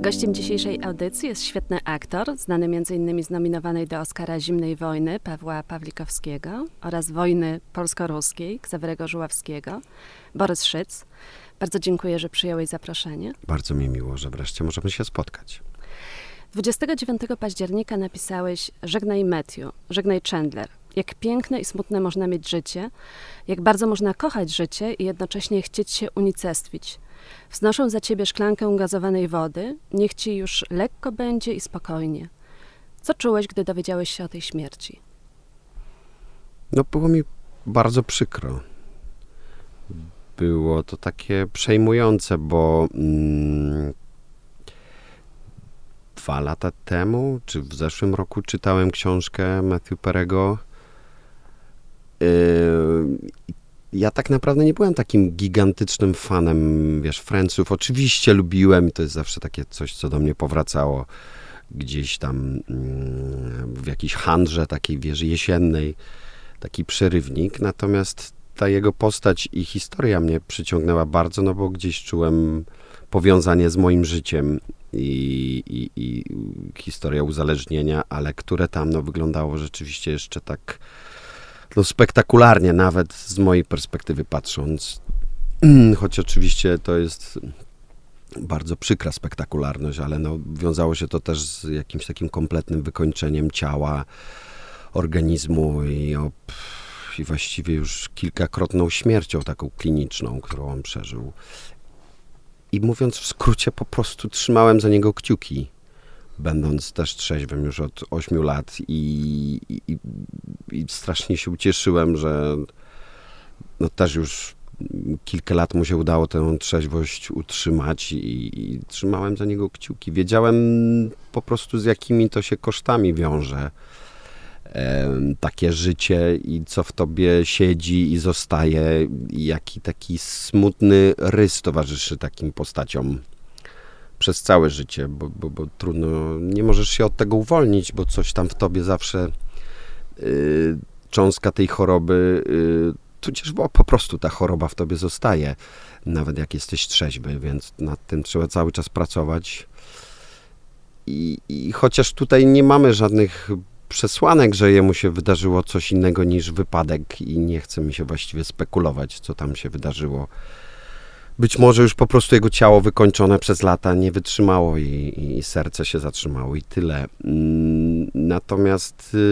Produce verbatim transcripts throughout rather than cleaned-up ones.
Gościem dzisiejszej audycji jest świetny aktor, znany między innymi z nominowanej do Oscara Zimnej Wojny Pawła Pawlikowskiego oraz Wojny polsko-ruskiej Ksawerego Żuławskiego, Borys Szyc. Bardzo dziękuję, że przyjąłeś zaproszenie. Bardzo mi miło, że wreszcie możemy się spotkać. dwudziestego dziewiątego października napisałeś: żegnaj Matthew, żegnaj Chandler. Jak piękne i smutne można mieć życie, jak bardzo można kochać życie i jednocześnie chcieć się unicestwić. Wznoszę za ciebie szklankę gazowanej wody, niech ci już lekko będzie i spokojnie. Co czułeś, gdy dowiedziałeś się o tej śmierci? No, było mi bardzo przykro. Było to takie przejmujące, bo mm, dwa lata temu, czy w zeszłym roku czytałem książkę Matthew Perry'ego. Yy, Ja tak naprawdę nie byłem takim gigantycznym fanem, wiesz, Friendsów. Oczywiście lubiłem i to jest zawsze takie coś, co do mnie powracało gdzieś tam w jakiejś handrze takiej, wiesz, jesiennej, taki przerywnik. Natomiast ta jego postać i historia mnie przyciągnęła bardzo, no bo gdzieś czułem powiązanie z moim życiem i, i, i historia uzależnienia, ale które tam, no, wyglądało rzeczywiście jeszcze tak no, spektakularnie, nawet z mojej perspektywy patrząc, choć oczywiście to jest bardzo przykra spektakularność, ale no, wiązało się to też z jakimś takim kompletnym wykończeniem ciała, organizmu i, o, i właściwie już kilkakrotną śmiercią taką kliniczną, którą on przeżył. I mówiąc w skrócie, po prostu trzymałem za niego kciuki, będąc też trzeźwym już od ośmiu lat i, i, i strasznie się ucieszyłem, że no też już kilka lat mu się udało tę trzeźwość utrzymać i, i trzymałem za niego kciuki. Wiedziałem po prostu, z jakimi to się kosztami wiąże e, takie życie i co w tobie siedzi i zostaje i jaki taki smutny rys towarzyszy takim postaciom przez całe życie, bo, bo, bo trudno, nie możesz się od tego uwolnić, bo coś tam w tobie zawsze, y, cząstka tej choroby, y, tudzież bo po prostu ta choroba w tobie zostaje, nawet jak jesteś trzeźwy, więc nad tym trzeba cały czas pracować. I, i chociaż tutaj nie mamy żadnych przesłanek, że jemu się wydarzyło coś innego niż wypadek i nie chce mi się właściwie spekulować, co tam się wydarzyło. Być może już po prostu jego ciało wykończone przez lata nie wytrzymało i, i serce się zatrzymało i tyle. Natomiast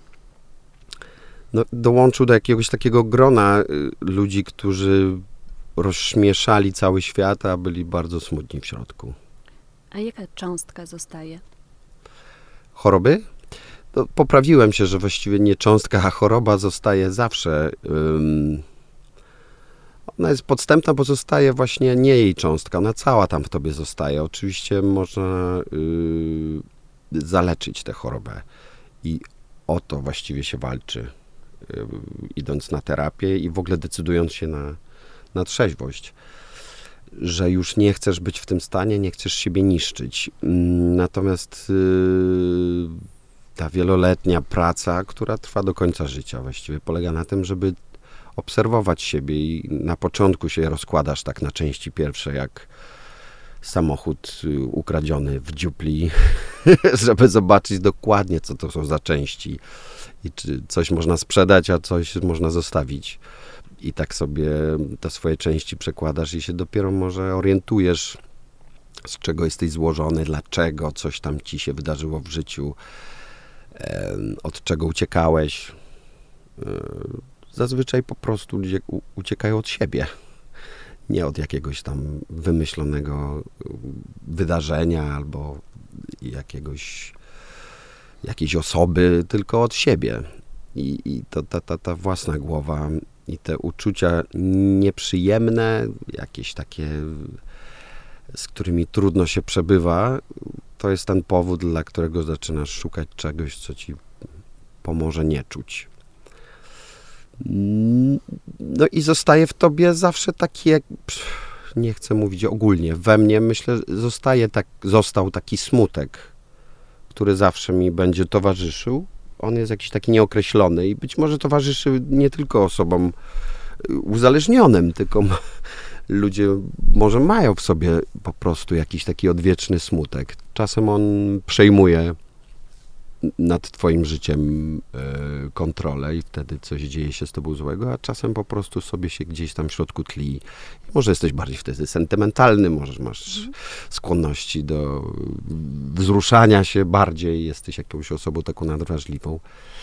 no, dołączył do jakiegoś takiego grona ludzi, którzy rozśmieszali cały świat, a byli bardzo smutni w środku. A jaka cząstka zostaje? Choroby? No, poprawiłem się, że właściwie nie cząstka, a choroba zostaje zawsze. Ym, Ona jest podstępna, bo zostaje właśnie nie jej cząstka, ona cała tam w tobie zostaje. Oczywiście można yy, zaleczyć tę chorobę i o to właściwie się walczy, yy, idąc na terapię i w ogóle decydując się na, na trzeźwość, że już nie chcesz być w tym stanie, nie chcesz siebie niszczyć. Yy, natomiast yy, ta wieloletnia praca, która trwa do końca życia właściwie, polega na tym, żeby obserwować siebie i na początku się rozkładasz tak na części pierwsze, jak samochód ukradziony w dziupli, żeby zobaczyć dokładnie, co to są za części i czy coś można sprzedać, a coś można zostawić. I tak sobie te swoje części przekładasz i się dopiero może orientujesz, z czego jesteś złożony, dlaczego coś tam ci się wydarzyło w życiu, od czego uciekałeś. Zazwyczaj po prostu ludzie uciekają od siebie, nie od jakiegoś tam wymyślonego wydarzenia albo jakiegoś, jakiejś osoby, tylko od siebie. I, i to, ta, ta, ta własna głowa i te uczucia nieprzyjemne, jakieś takie, z którymi trudno się przebywa, to jest ten powód, dla którego zaczynasz szukać czegoś, co ci pomoże nie czuć. No i zostaje w tobie zawsze taki, jak, nie chcę mówić ogólnie, we mnie myślę, zostaje tak, został taki smutek, który zawsze mi będzie towarzyszył. On jest jakiś taki nieokreślony i być może towarzyszy nie tylko osobom uzależnionym, tylko ludzie może mają w sobie po prostu jakiś taki odwieczny smutek. Czasem on przejmuje nad twoim życiem e, kontrolę i wtedy coś dzieje się z tobą złego, a czasem po prostu sobie się gdzieś tam w środku tli. Może jesteś bardziej wtedy sentymentalny, może masz mm. skłonności do wzruszania się bardziej, jesteś jakąś osobą taką nadwrażliwą.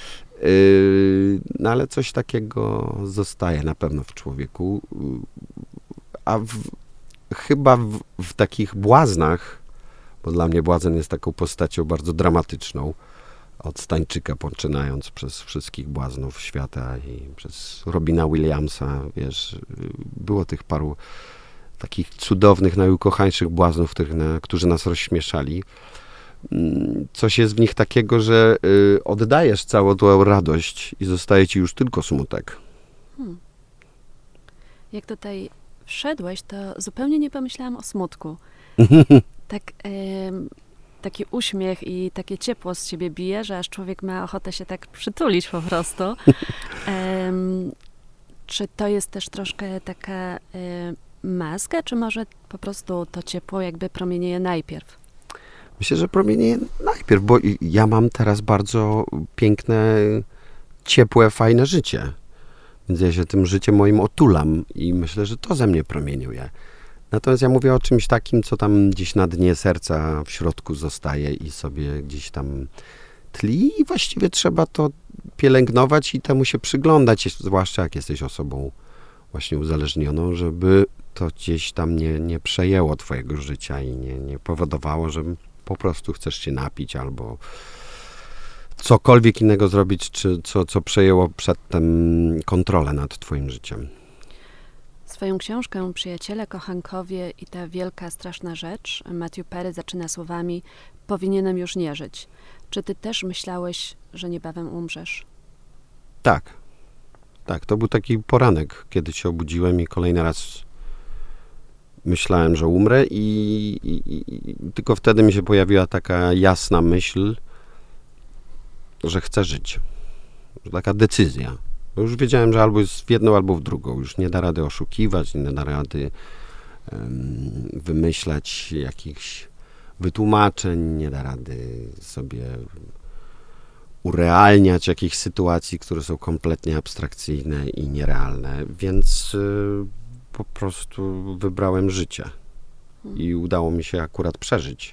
Yy, no ale coś takiego zostaje na pewno w człowieku. A w, chyba w, w takich błaznach, bo dla mnie błazen jest taką postacią bardzo dramatyczną, od Stańczyka poczynając przez wszystkich błaznów świata i przez Robina Williamsa, wiesz, było tych paru takich cudownych, najukochańszych błaznów, których na, którzy nas rozśmieszali. Coś jest w nich takiego, że y, oddajesz całą tą radość i zostaje ci już tylko smutek. Hmm. Jak tutaj wszedłeś, to zupełnie nie pomyślałam o smutku. Tak... Y- taki uśmiech i takie ciepło z ciebie bije, że aż człowiek ma ochotę się tak przytulić po prostu. Um, czy to jest też troszkę taka y, maska, czy może po prostu to ciepło jakby promienieje najpierw? Myślę, że promienieje najpierw, bo ja mam teraz bardzo piękne, ciepłe, fajne życie. Więc ja się tym życiem moim otulam i myślę, że to ze mnie promieniuje. Natomiast ja mówię o czymś takim, co tam gdzieś na dnie serca w środku zostaje i sobie gdzieś tam tli i właściwie trzeba to pielęgnować i temu się przyglądać, zwłaszcza jak jesteś osobą właśnie uzależnioną, żeby to gdzieś tam nie, nie przejęło twojego życia i nie, nie powodowało, że po prostu chcesz się napić albo cokolwiek innego zrobić, czy co, co przejęło przedtem kontrolę nad twoim życiem. Swoją książkę Przyjaciele, kochankowie i ta wielka, straszna rzecz Matthew Perry zaczyna słowami: powinienem już nie żyć. Czy ty też myślałeś, że niebawem umrzesz? Tak. Tak, to był taki poranek, kiedy się obudziłem i kolejny raz myślałem, że umrę i, i, i tylko wtedy mi się pojawiła taka jasna myśl, że chcę żyć. Taka decyzja. Bo już wiedziałem, że albo jest w jedną, albo w drugą. Już nie da rady oszukiwać, nie da rady um, wymyślać jakichś wytłumaczeń, nie da rady sobie urealniać jakichś sytuacji, które są kompletnie abstrakcyjne i nierealne. Więc y, po prostu wybrałem życie. I udało mi się akurat przeżyć.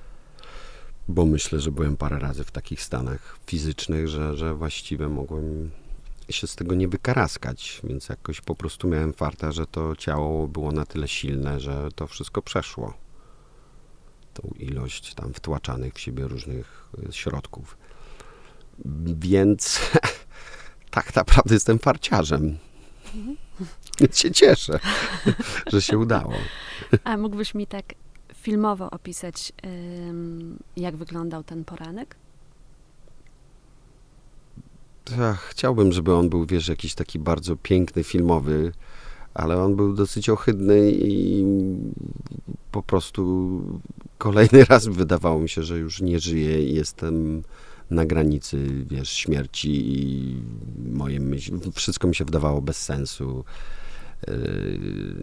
Bo myślę, że byłem parę razy w takich stanach fizycznych, że, że właściwie mogłem się z tego nie wykaraskać, więc jakoś po prostu miałem farta, że to ciało było na tyle silne, że to wszystko przeszło. Tą ilość tam wtłaczanych w siebie różnych środków. Więc tak naprawdę jestem farciarzem. Więc się cieszę, że się udało. A mógłbyś mi tak filmowo opisać, jak wyglądał ten poranek? Ach, chciałbym, żeby on był, wiesz, jakiś taki bardzo piękny, filmowy, ale on był dosyć ohydny i po prostu kolejny raz wydawało mi się, że już nie żyję i jestem na granicy, wiesz, śmierci i moje myśli, wszystko mi się wydawało bez sensu. Yy,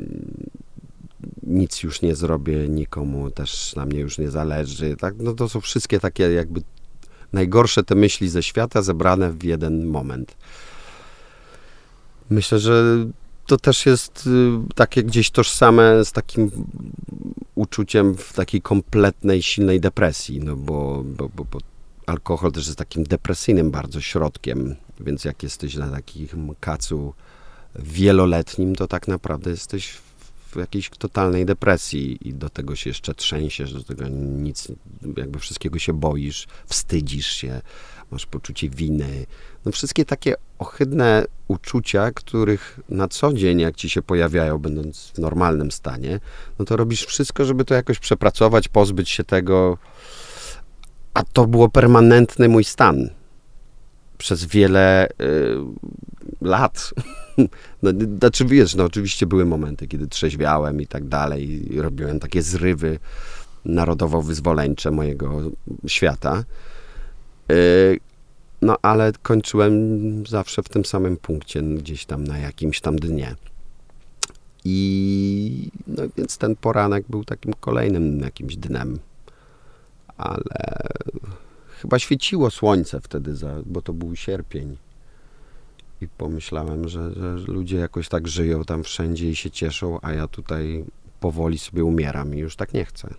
nic już nie zrobię, nikomu też na mnie już nie zależy. Tak? No to są wszystkie takie jakby najgorsze te myśli ze świata zebrane w jeden moment. Myślę, że to też jest takie gdzieś tożsame z takim uczuciem w takiej kompletnej, silnej depresji, no bo, bo, bo, bo alkohol też jest takim depresyjnym bardzo środkiem, więc jak jesteś na takim kacu wieloletnim, to tak naprawdę jesteś w jakiejś totalnej depresji i do tego się jeszcze trzęsiesz, do tego nic, jakby wszystkiego się boisz, wstydzisz się, masz poczucie winy. No wszystkie takie ohydne uczucia, których na co dzień, jak ci się pojawiają, będąc w normalnym stanie, no to robisz wszystko, żeby to jakoś przepracować, pozbyć się tego, a to było permanentny mój stan przez wiele y, lat. No, znaczy, wiesz, no oczywiście były momenty, kiedy trzeźwiałem i tak dalej, i robiłem takie zrywy narodowo-wyzwoleńcze mojego świata. Y, no, ale kończyłem zawsze w tym samym punkcie, gdzieś tam na jakimś tam dnie. I no więc ten poranek był takim kolejnym jakimś dnem. Ale chyba świeciło słońce wtedy, za, bo to był sierpień. I pomyślałem, że, że ludzie jakoś tak żyją tam wszędzie i się cieszą, a ja tutaj powoli sobie umieram i już tak nie chcę.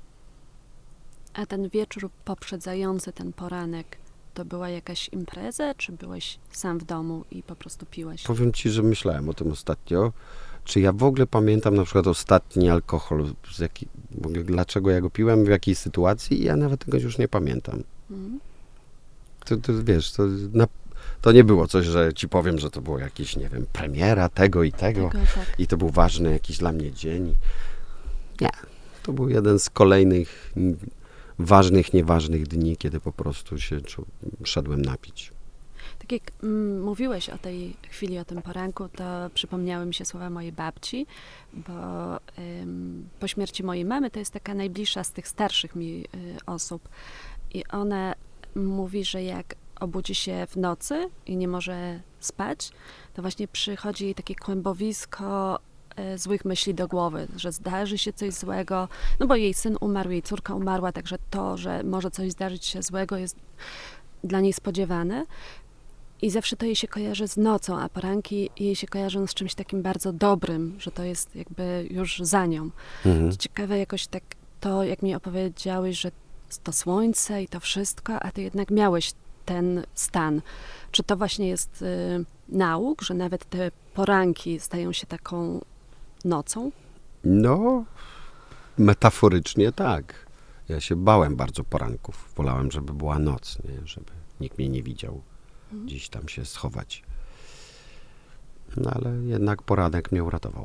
A ten wieczór poprzedzający ten poranek, to była jakaś impreza, czy byłeś sam w domu i po prostu piłeś? Powiem ci, że myślałem o tym ostatnio. Czy ja w ogóle pamiętam na przykład ostatni alkohol, z jaki, w ogóle dlaczego ja go piłem, w jakiej sytuacji? Ja nawet tego już nie pamiętam. Mhm. To, to wiesz, to, na, to nie było coś, że ci powiem, że to było jakieś, nie wiem, premiera tego i tego, tego tak. I to był ważny jakiś dla mnie dzień. Nie, to był jeden z kolejnych ważnych, nieważnych dni, kiedy po prostu się czu, szedłem napić. Tak jak mm, mówiłeś o tej chwili, o tym poranku, to przypomniały mi się słowa mojej babci, bo ym, po śmierci mojej mamy to jest taka najbliższa z tych starszych mi y, osób i ona mówi, że jak obudzi się w nocy i nie może spać, to właśnie przychodzi jej takie kłębowisko y, złych myśli do głowy, że zdarzy się coś złego, no bo jej syn umarł, jej córka umarła, także to, że może coś zdarzyć się złego jest dla niej spodziewane. I zawsze to jej się kojarzy z nocą, a poranki jej się kojarzą z czymś takim bardzo dobrym, że to jest jakby już za nią. Mhm. Ciekawe jakoś tak to, jak mi opowiedziałeś, że to słońce i to wszystko, a ty jednak miałeś ten stan. Czy to właśnie jest y, nauk, że nawet te poranki stają się taką nocą? No, metaforycznie tak. Ja się bałem bardzo poranków. Wolałem, żeby była noc, nie? Żeby nikt mnie nie widział. Gdzieś tam się schować. No ale jednak poranek mnie uratował.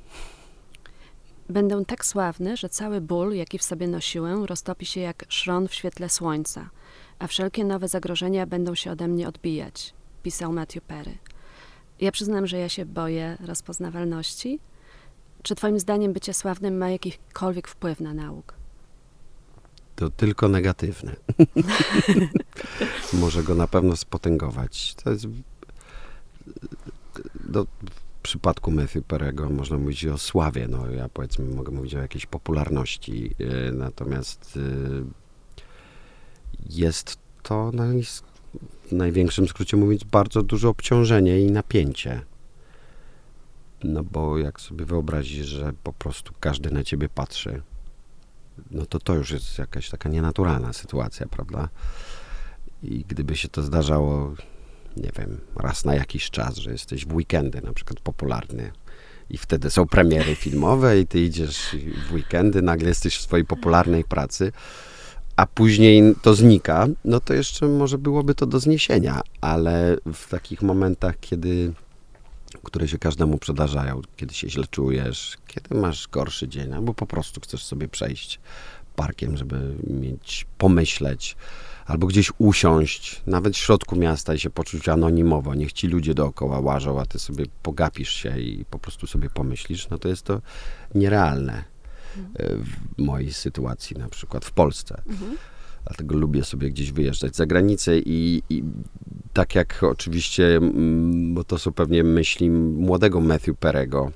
Będę tak sławny, że cały ból, jaki w sobie nosiłem, roztopi się jak szron w świetle słońca, a wszelkie nowe zagrożenia będą się ode mnie odbijać, pisał Matthew Perry. Ja przyznam, że ja się boję rozpoznawalności. Czy twoim zdaniem bycie sławnym ma jakikolwiek wpływ na nauk? To tylko negatywne. Może go na pewno spotęgować. To jest... Do, w przypadku Matthew Perry'ego można mówić o sławie. No, ja powiedzmy mogę mówić o jakiejś popularności. Yy, natomiast yy, jest to naj, w największym skrócie mówiąc bardzo duże obciążenie i napięcie. No bo jak sobie wyobrazisz, że po prostu każdy na ciebie patrzy, no to to już jest jakaś taka nienaturalna sytuacja, prawda? I gdyby się to zdarzało, nie wiem, raz na jakiś czas, że jesteś w weekendy na przykład popularny i wtedy są premiery filmowe i ty idziesz w weekendy, nagle jesteś w swojej popularnej pracy, a później to znika, no to jeszcze może byłoby to do zniesienia, ale w takich momentach, kiedy które się każdemu przydarzają, kiedy się źle czujesz, kiedy masz gorszy dzień, albo po prostu chcesz sobie przejść parkiem, żeby mieć, pomyśleć, albo gdzieś usiąść, nawet w środku miasta i się poczuć anonimowo, niech ci ludzie dookoła łażą, a ty sobie pogapisz się i po prostu sobie pomyślisz, no to jest to nierealne w mojej sytuacji, na przykład w Polsce. Mhm. Dlatego lubię sobie gdzieś wyjeżdżać za granicę i, i tak jak oczywiście, bo to są pewnie myśli młodego Matthew Perry'ego,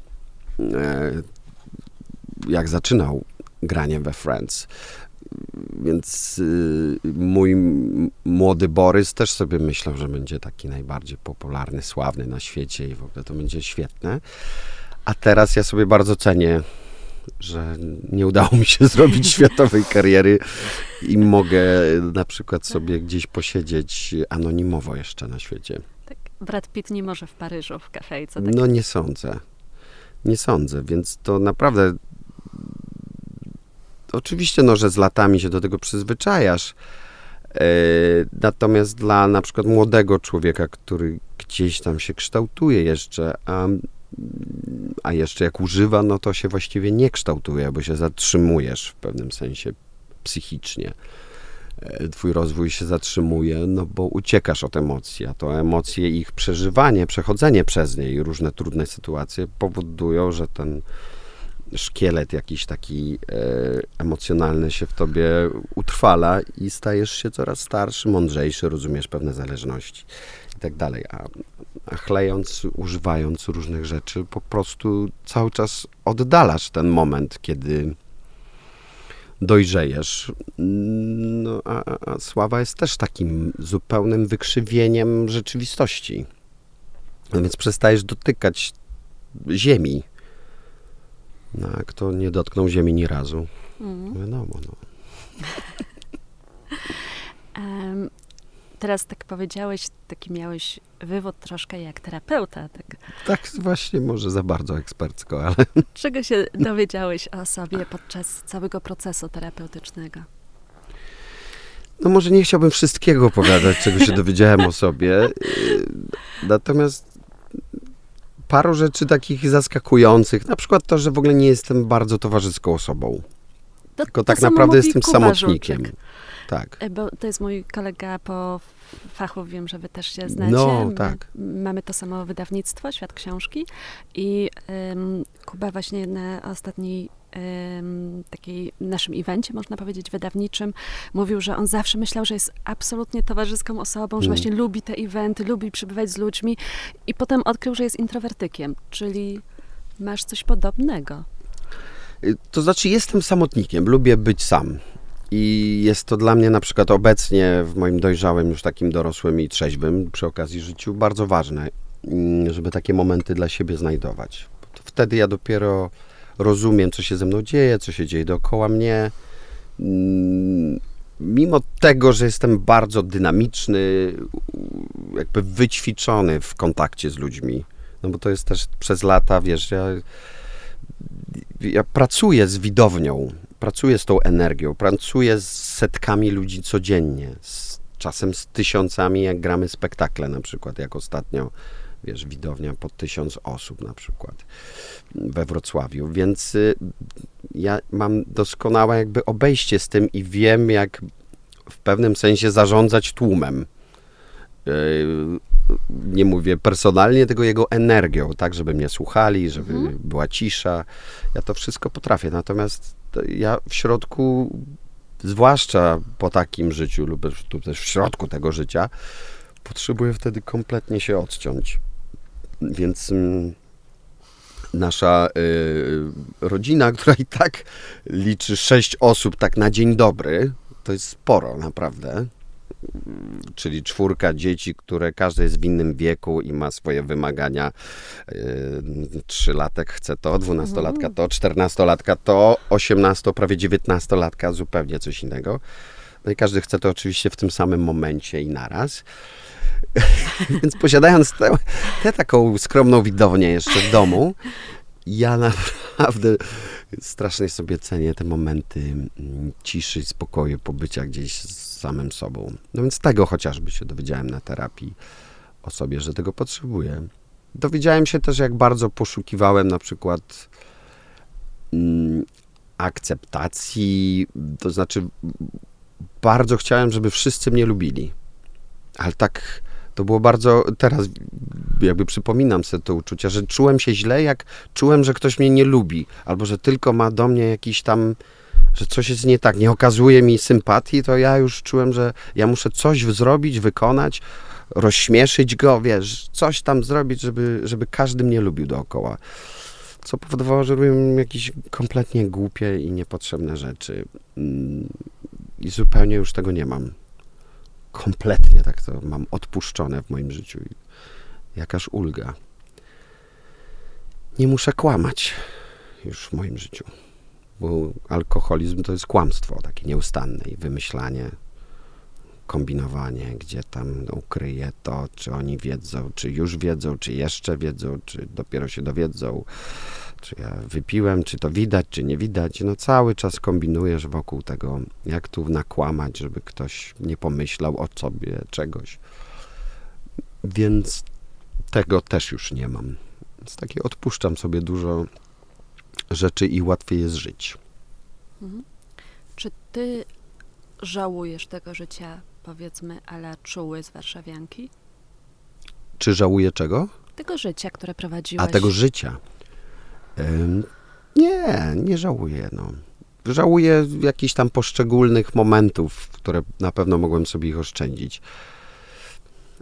jak zaczynał granie we Friends. Więc mój młody Borys też sobie myślał, że będzie taki najbardziej popularny, sławny na świecie i w ogóle to będzie świetne. A teraz ja sobie bardzo cenię, że nie udało mi się zrobić światowej kariery i mogę na przykład sobie gdzieś posiedzieć anonimowo jeszcze na świecie. Tak, Brad Pitt nie może w Paryżu, w kafejce. Tak? No nie sądzę. Nie sądzę, więc to naprawdę oczywiście, no, że z latami się do tego przyzwyczajasz. Yy, natomiast dla na przykład młodego człowieka, który gdzieś tam się kształtuje jeszcze, a a jeszcze jak używa, no to się właściwie nie kształtuje, bo się zatrzymujesz w pewnym sensie psychicznie. Twój rozwój się zatrzymuje, no bo uciekasz od emocji, a to emocje, ich przeżywanie, przechodzenie przez nie i różne trudne sytuacje powodują, że ten szkielet jakiś taki e, emocjonalny się w tobie utrwala i stajesz się coraz starszy, mądrzejszy, rozumiesz pewne zależności i tak dalej. A, a chlejąc, używając różnych rzeczy, po prostu cały czas oddalasz ten moment, kiedy dojrzejesz. No, a, a sława jest też takim zupełnym wykrzywieniem rzeczywistości. No więc przestajesz dotykać ziemi. No, a kto nie dotknął ziemi ni razu? Mm. Wiadomo, no. um, teraz tak powiedziałeś, taki miałeś wywód troszkę jak terapeuta. Tak, tak właśnie, może za bardzo ekspercko, ale... Czego się dowiedziałeś o sobie podczas całego procesu terapeutycznego? No może nie chciałbym wszystkiego opowiadać, czego się dowiedziałem o sobie. Natomiast paru rzeczy takich zaskakujących. Na przykład to, że w ogóle nie jestem bardzo towarzyską osobą. To, tylko to tak naprawdę jestem Kuba samotnikiem. Żółczyk. Tak. Bo to jest mój kolega po fachu, wiem, że wy też się znacie. No, tak. Mamy to samo wydawnictwo, Świat Książki i um, Kuba właśnie na ostatniej um, takiej naszym evencie, można powiedzieć, wydawniczym, mówił, że on zawsze myślał, że jest absolutnie towarzyską osobą, że hmm. właśnie lubi te eventy, lubi przebywać z ludźmi i potem odkrył, że jest introwertykiem, czyli masz coś podobnego. To znaczy jestem samotnikiem, lubię być sam. I jest to dla mnie na przykład obecnie w moim dojrzałym, już takim dorosłym i trzeźwym przy okazji życiu bardzo ważne, żeby takie momenty dla siebie znajdować. Wtedy ja dopiero rozumiem, co się ze mną dzieje, co się dzieje dookoła mnie. Mimo tego, że jestem bardzo dynamiczny, jakby wyćwiczony w kontakcie z ludźmi, no bo to jest też przez lata, wiesz, ja, ja pracuję z widownią, pracuję z tą energią, pracuję z setkami ludzi codziennie, z, czasem z tysiącami, jak gramy spektakle na przykład, jak ostatnio, wiesz, widownia po tysiąc osób na przykład we Wrocławiu, więc y, ja mam doskonałe jakby obejście z tym i wiem, jak w pewnym sensie zarządzać tłumem. Y, nie mówię personalnie, tylko jego energią, tak, żeby mnie słuchali, żeby mhm. była cisza. Ja to wszystko potrafię, natomiast ja w środku, zwłaszcza po takim życiu lub też w środku tego życia, potrzebuję wtedy kompletnie się odciąć. Więc mm, nasza y, rodzina, która i tak liczy sześć osób tak na dzień dobry, to jest sporo naprawdę. Czyli czwórka dzieci, które każde jest w innym wieku i ma swoje wymagania. Trzylatek chce to, dwunastolatka to, czternastolatka to, osiemnasto, prawie dziewiętnastolatka zupełnie coś innego. No i każdy chce to oczywiście w tym samym momencie i naraz. Więc posiadając tę, tę taką skromną widownię jeszcze w domu, ja naprawdę strasznie sobie cenię te momenty ciszy i spokoju, pobycia gdzieś z samym sobą. No więc tego chociażby się dowiedziałem na terapii o sobie, że tego potrzebuję. Dowiedziałem się też, jak bardzo poszukiwałem na przykład mm, akceptacji, to znaczy bardzo chciałem, żeby wszyscy mnie lubili. Ale tak to było bardzo, teraz jakby przypominam sobie to uczucie, że czułem się źle, jak czułem, że ktoś mnie nie lubi, albo że tylko ma do mnie jakiś tam, że coś jest nie tak, nie okazuje mi sympatii, to ja już czułem, że ja muszę coś zrobić, wykonać, rozśmieszyć go, wiesz, coś tam zrobić, żeby, żeby każdy mnie lubił dookoła. Co powodowało, że robiłem jakieś kompletnie głupie i niepotrzebne rzeczy. I zupełnie już tego nie mam. Kompletnie tak to mam odpuszczone w moim życiu. Jakaż ulga. Nie muszę kłamać już w moim życiu, bo alkoholizm to jest kłamstwo takie nieustanne i wymyślanie, kombinowanie, gdzie tam ukryję to, czy oni wiedzą, czy już wiedzą, czy jeszcze wiedzą, czy dopiero się dowiedzą, czy ja wypiłem, czy to widać, czy nie widać. No cały czas kombinujesz wokół tego, jak tu nakłamać, żeby ktoś nie pomyślał o sobie czegoś. Więc tego też już nie mam. Więc takie odpuszczam sobie dużo rzeczy i łatwiej jest żyć. Mhm. Czy ty żałujesz tego życia, powiedzmy, ala czuły z warszawianki? Czy żałuję czego? Tego życia, które prowadziłeś. A tego życia? Ym, nie, nie żałuję. No. Żałuję jakichś tam poszczególnych momentów, które na pewno mogłem sobie ich oszczędzić.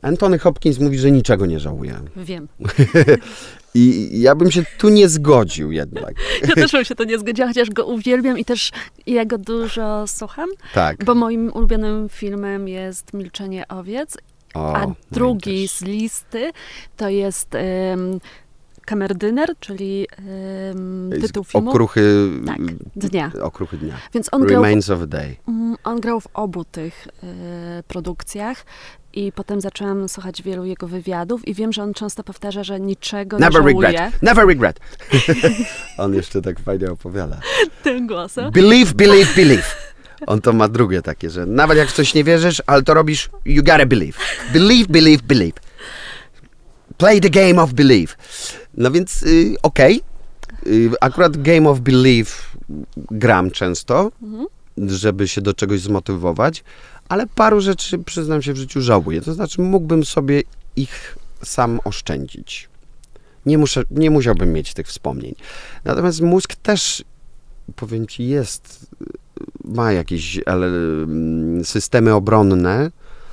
Anthony Hopkins mówi, że niczego nie żałuje. Wiem. I ja bym się tu nie zgodził jednak. Ja też bym się to nie zgodziła, chociaż go uwielbiam i też ja go dużo słucham. Tak. Bo moim ulubionym filmem jest Milczenie owiec, O, a drugi też. z listy to jest um, Kamerdyner, czyli um, tytuł filmu. Okruchy Tak, dnia. Okruchy dnia. Więc on grał, Remains of a Day. w, on grał w obu tych e, produkcjach i potem zaczęłam słuchać wielu jego wywiadów i wiem, że on często powtarza, że niczego Never nie żałuje. regret. Never regret. On jeszcze tak fajnie opowiada. Tym głosem. Believe, believe, believe. On to ma drugie takie, że nawet jak w coś nie wierzysz, ale to robisz, you gotta believe. Believe, believe, believe. Play the game of believe. No więc y, okej. Okay. Y, akurat game of believe gram często, mhm. żeby się do czegoś zmotywować, ale paru rzeczy, przyznam się, w życiu żałuję. To znaczy mógłbym sobie ich sam oszczędzić. Nie, muszę, nie musiałbym mieć tych wspomnień. Natomiast mózg też, powiem ci, jest, ma jakieś ale, systemy obronne,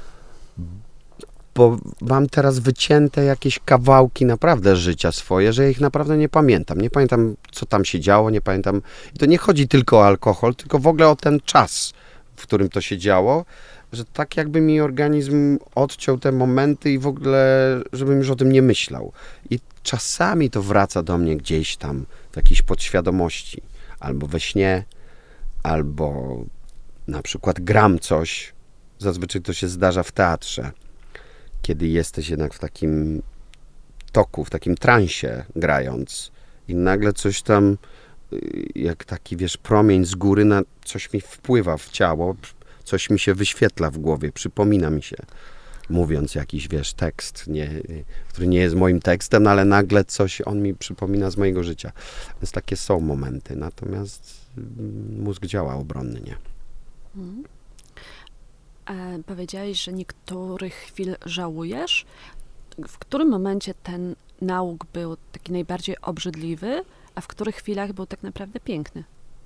bo mam teraz wycięte jakieś kawałki naprawdę życia swoje, że ja ich naprawdę nie pamiętam. Nie pamiętam, co tam się działo, nie pamiętam. I to nie chodzi tylko o alkohol, tylko w ogóle o ten czas, w którym to się działo, że tak jakby mi organizm odciął te momenty i w ogóle, żebym już o tym nie myślał. I czasami to wraca do mnie gdzieś tam w jakiejś podświadomości, albo we śnie, albo na przykład gram coś. Zazwyczaj to się zdarza w teatrze, kiedy jesteś jednak w takim toku, w takim transie grając i nagle coś tam, jak taki, wiesz, promień z góry, na coś mi wpływa w ciało, coś mi się wyświetla w głowie, przypomina mi się, mówiąc jakiś, wiesz, tekst, nie, który nie jest moim tekstem, no ale nagle coś on mi przypomina z mojego życia. Więc takie są momenty, natomiast mózg działa obronnie. Hmm. E, powiedziałeś, że niektórych chwil żałujesz. W którym momencie ten nauk był taki najbardziej obrzydliwy, a w których chwilach był tak naprawdę piękny?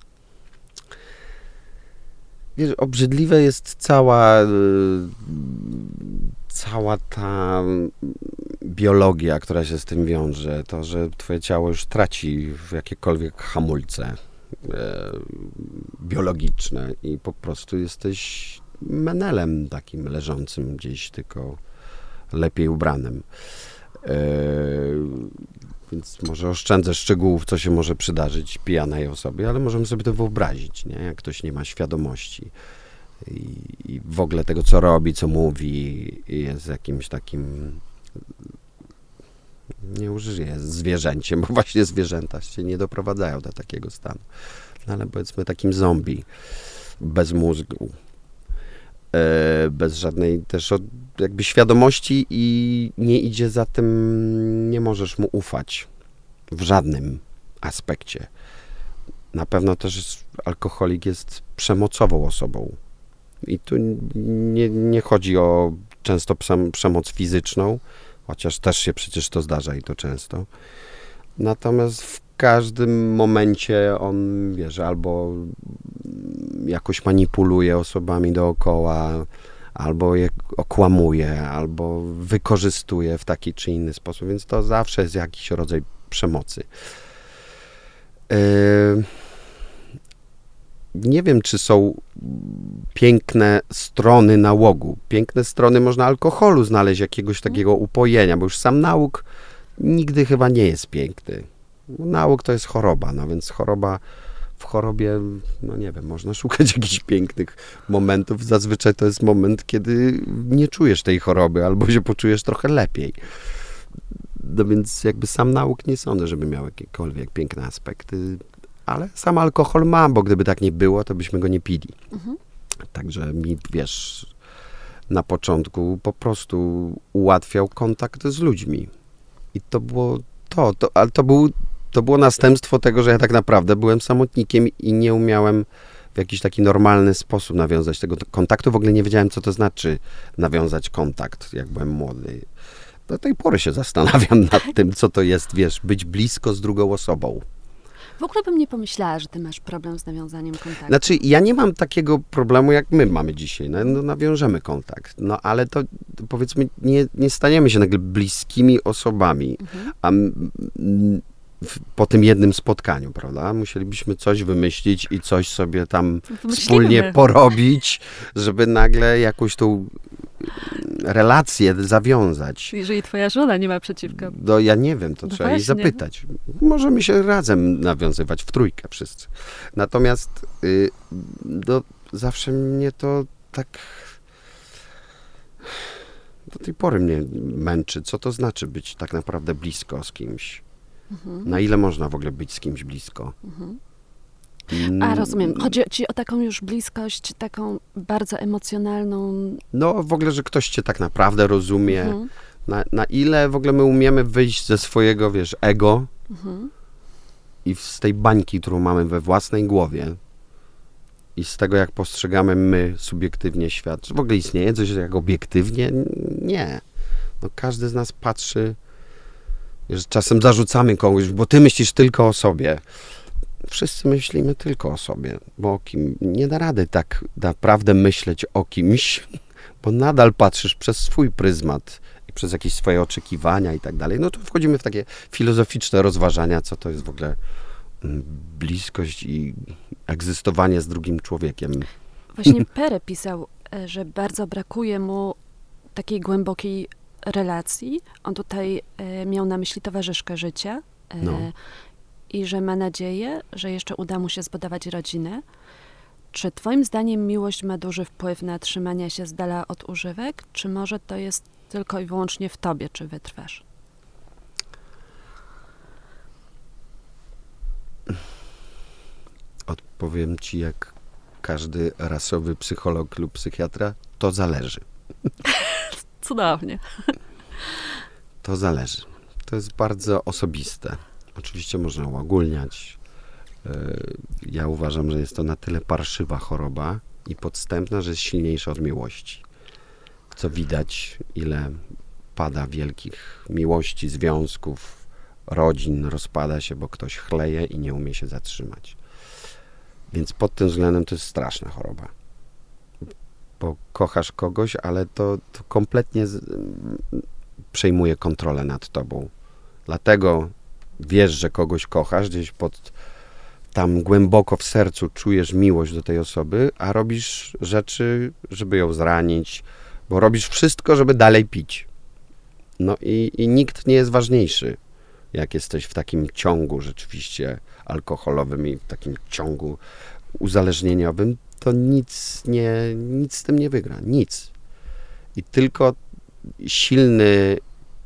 Wiesz, obrzydliwe jest cała, cała ta biologia, która się z tym wiąże. To, że twoje ciało już traci jakiekolwiek hamulce e, biologiczne i po prostu jesteś menelem takim leżącym gdzieś, tylko lepiej ubranym. E, więc może oszczędzę szczegółów, co się może przydarzyć pijanej osobie, ale możemy sobie to wyobrazić, nie? Jak ktoś nie ma świadomości i, i w ogóle tego, co robi, co mówi, i jest jakimś takim, nie użyję zwierzęciem, bo właśnie zwierzęta się nie doprowadzają do takiego stanu, no, ale powiedzmy takim zombie, bez mózgu, e, bez żadnej też od, jakby świadomości i nie idzie za tym, nie możesz mu ufać w żadnym aspekcie. Na pewno też alkoholik jest przemocową osobą. I tu nie, nie chodzi o często przemoc fizyczną, chociaż też się przecież to zdarza i to często. Natomiast w każdym momencie on, wiesz, albo jakoś manipuluje osobami dookoła, albo je okłamuje, albo wykorzystuje w taki czy inny sposób, więc to zawsze jest jakiś rodzaj przemocy. Yy, nie wiem, czy są piękne strony nałogu. Piękne strony można alkoholu znaleźć, jakiegoś takiego upojenia, bo już sam nałóg nigdy chyba nie jest piękny. Nałóg to jest choroba, no więc choroba w chorobie, no nie wiem, można szukać jakichś pięknych momentów. Zazwyczaj to jest moment, kiedy nie czujesz tej choroby, albo się poczujesz trochę lepiej. No więc jakby sam nauk nie sądzę, żeby miał jakiekolwiek piękne aspekty, ale sam alkohol ma, bo gdyby tak nie było, to byśmy go nie pili. Mhm. Także mi, wiesz, na początku po prostu ułatwiał kontakt z ludźmi. I to było to, to ale to był To było następstwo tego, że ja tak naprawdę byłem samotnikiem i nie umiałem w jakiś taki normalny sposób nawiązać tego kontaktu. W ogóle nie wiedziałem, co to znaczy nawiązać kontakt, jak byłem młody. Do tej pory się zastanawiam nad tym, co to jest, wiesz, być blisko z drugą osobą. W ogóle bym nie pomyślała, że ty masz problem z nawiązaniem kontaktu. Znaczy, ja nie mam takiego problemu, jak my mamy dzisiaj. No, no nawiążemy kontakt. No, ale to, to powiedzmy, nie, nie staniemy się nagle bliskimi osobami. Mhm. A m, m, w, po tym jednym spotkaniu, prawda? Musielibyśmy coś wymyślić i coś sobie tam Wymyślimy. wspólnie porobić, żeby nagle jakąś tą relację zawiązać. Jeżeli twoja żona nie ma przeciwko. No ja nie wiem, to no trzeba właśnie. jej zapytać. Możemy się razem nawiązywać w trójkę wszyscy. Natomiast y, no, zawsze mnie to tak do tej pory mnie męczy. Co to znaczy być tak naprawdę blisko z kimś? Mhm. Na ile można w ogóle być z kimś blisko? Mhm. A, rozumiem. Chodzi ci o taką już bliskość, taką bardzo emocjonalną... No, w ogóle, że ktoś cię tak naprawdę rozumie. Mhm. Na, na ile w ogóle my umiemy wyjść ze swojego, wiesz, ego mhm. i z tej bańki, którą mamy we własnej głowie i z tego, jak postrzegamy my subiektywnie świat. Czy w ogóle istnieje coś jak obiektywnie? Nie. No, każdy z nas patrzy, że czasem zarzucamy kogoś, bo ty myślisz tylko o sobie. Wszyscy myślimy tylko o sobie, bo o kim nie da rady tak naprawdę myśleć o kimś, bo nadal patrzysz przez swój pryzmat i przez jakieś swoje oczekiwania i tak dalej. No to wchodzimy w takie filozoficzne rozważania, co to jest w ogóle bliskość i egzystowanie z drugim człowiekiem. Właśnie Pere pisał, że bardzo brakuje mu takiej głębokiej relacji. On tutaj miał na myśli towarzyszkę życia. No. I że ma nadzieję, że jeszcze uda mu się zbudować rodzinę. Czy twoim zdaniem miłość ma duży wpływ na trzymanie się z dala od używek, czy może to jest tylko i wyłącznie w tobie, czy wytrwasz? Odpowiem ci jak każdy rasowy psycholog lub psychiatra, to zależy. Cudownie. To zależy. To jest bardzo osobiste. Oczywiście można uogólniać. Ja uważam, że jest to na tyle parszywa choroba i podstępna, że jest silniejsza od miłości. Co widać, ile pada wielkich miłości, związków, rodzin rozpada się, bo ktoś chleje i nie umie się zatrzymać. Więc pod tym względem to jest straszna choroba. Bo kochasz kogoś, ale to, to kompletnie z, przejmuje kontrolę nad tobą. Dlatego wiesz, że kogoś kochasz, gdzieś pod tam głęboko w sercu czujesz miłość do tej osoby, a robisz rzeczy, żeby ją zranić, bo robisz wszystko, żeby dalej pić. No i, i nikt nie jest ważniejszy, jak jesteś w takim ciągu rzeczywiście alkoholowym i w takim ciągu uzależnieniowym, to nic, nie, nic z tym nie wygra. Nic. I tylko silny...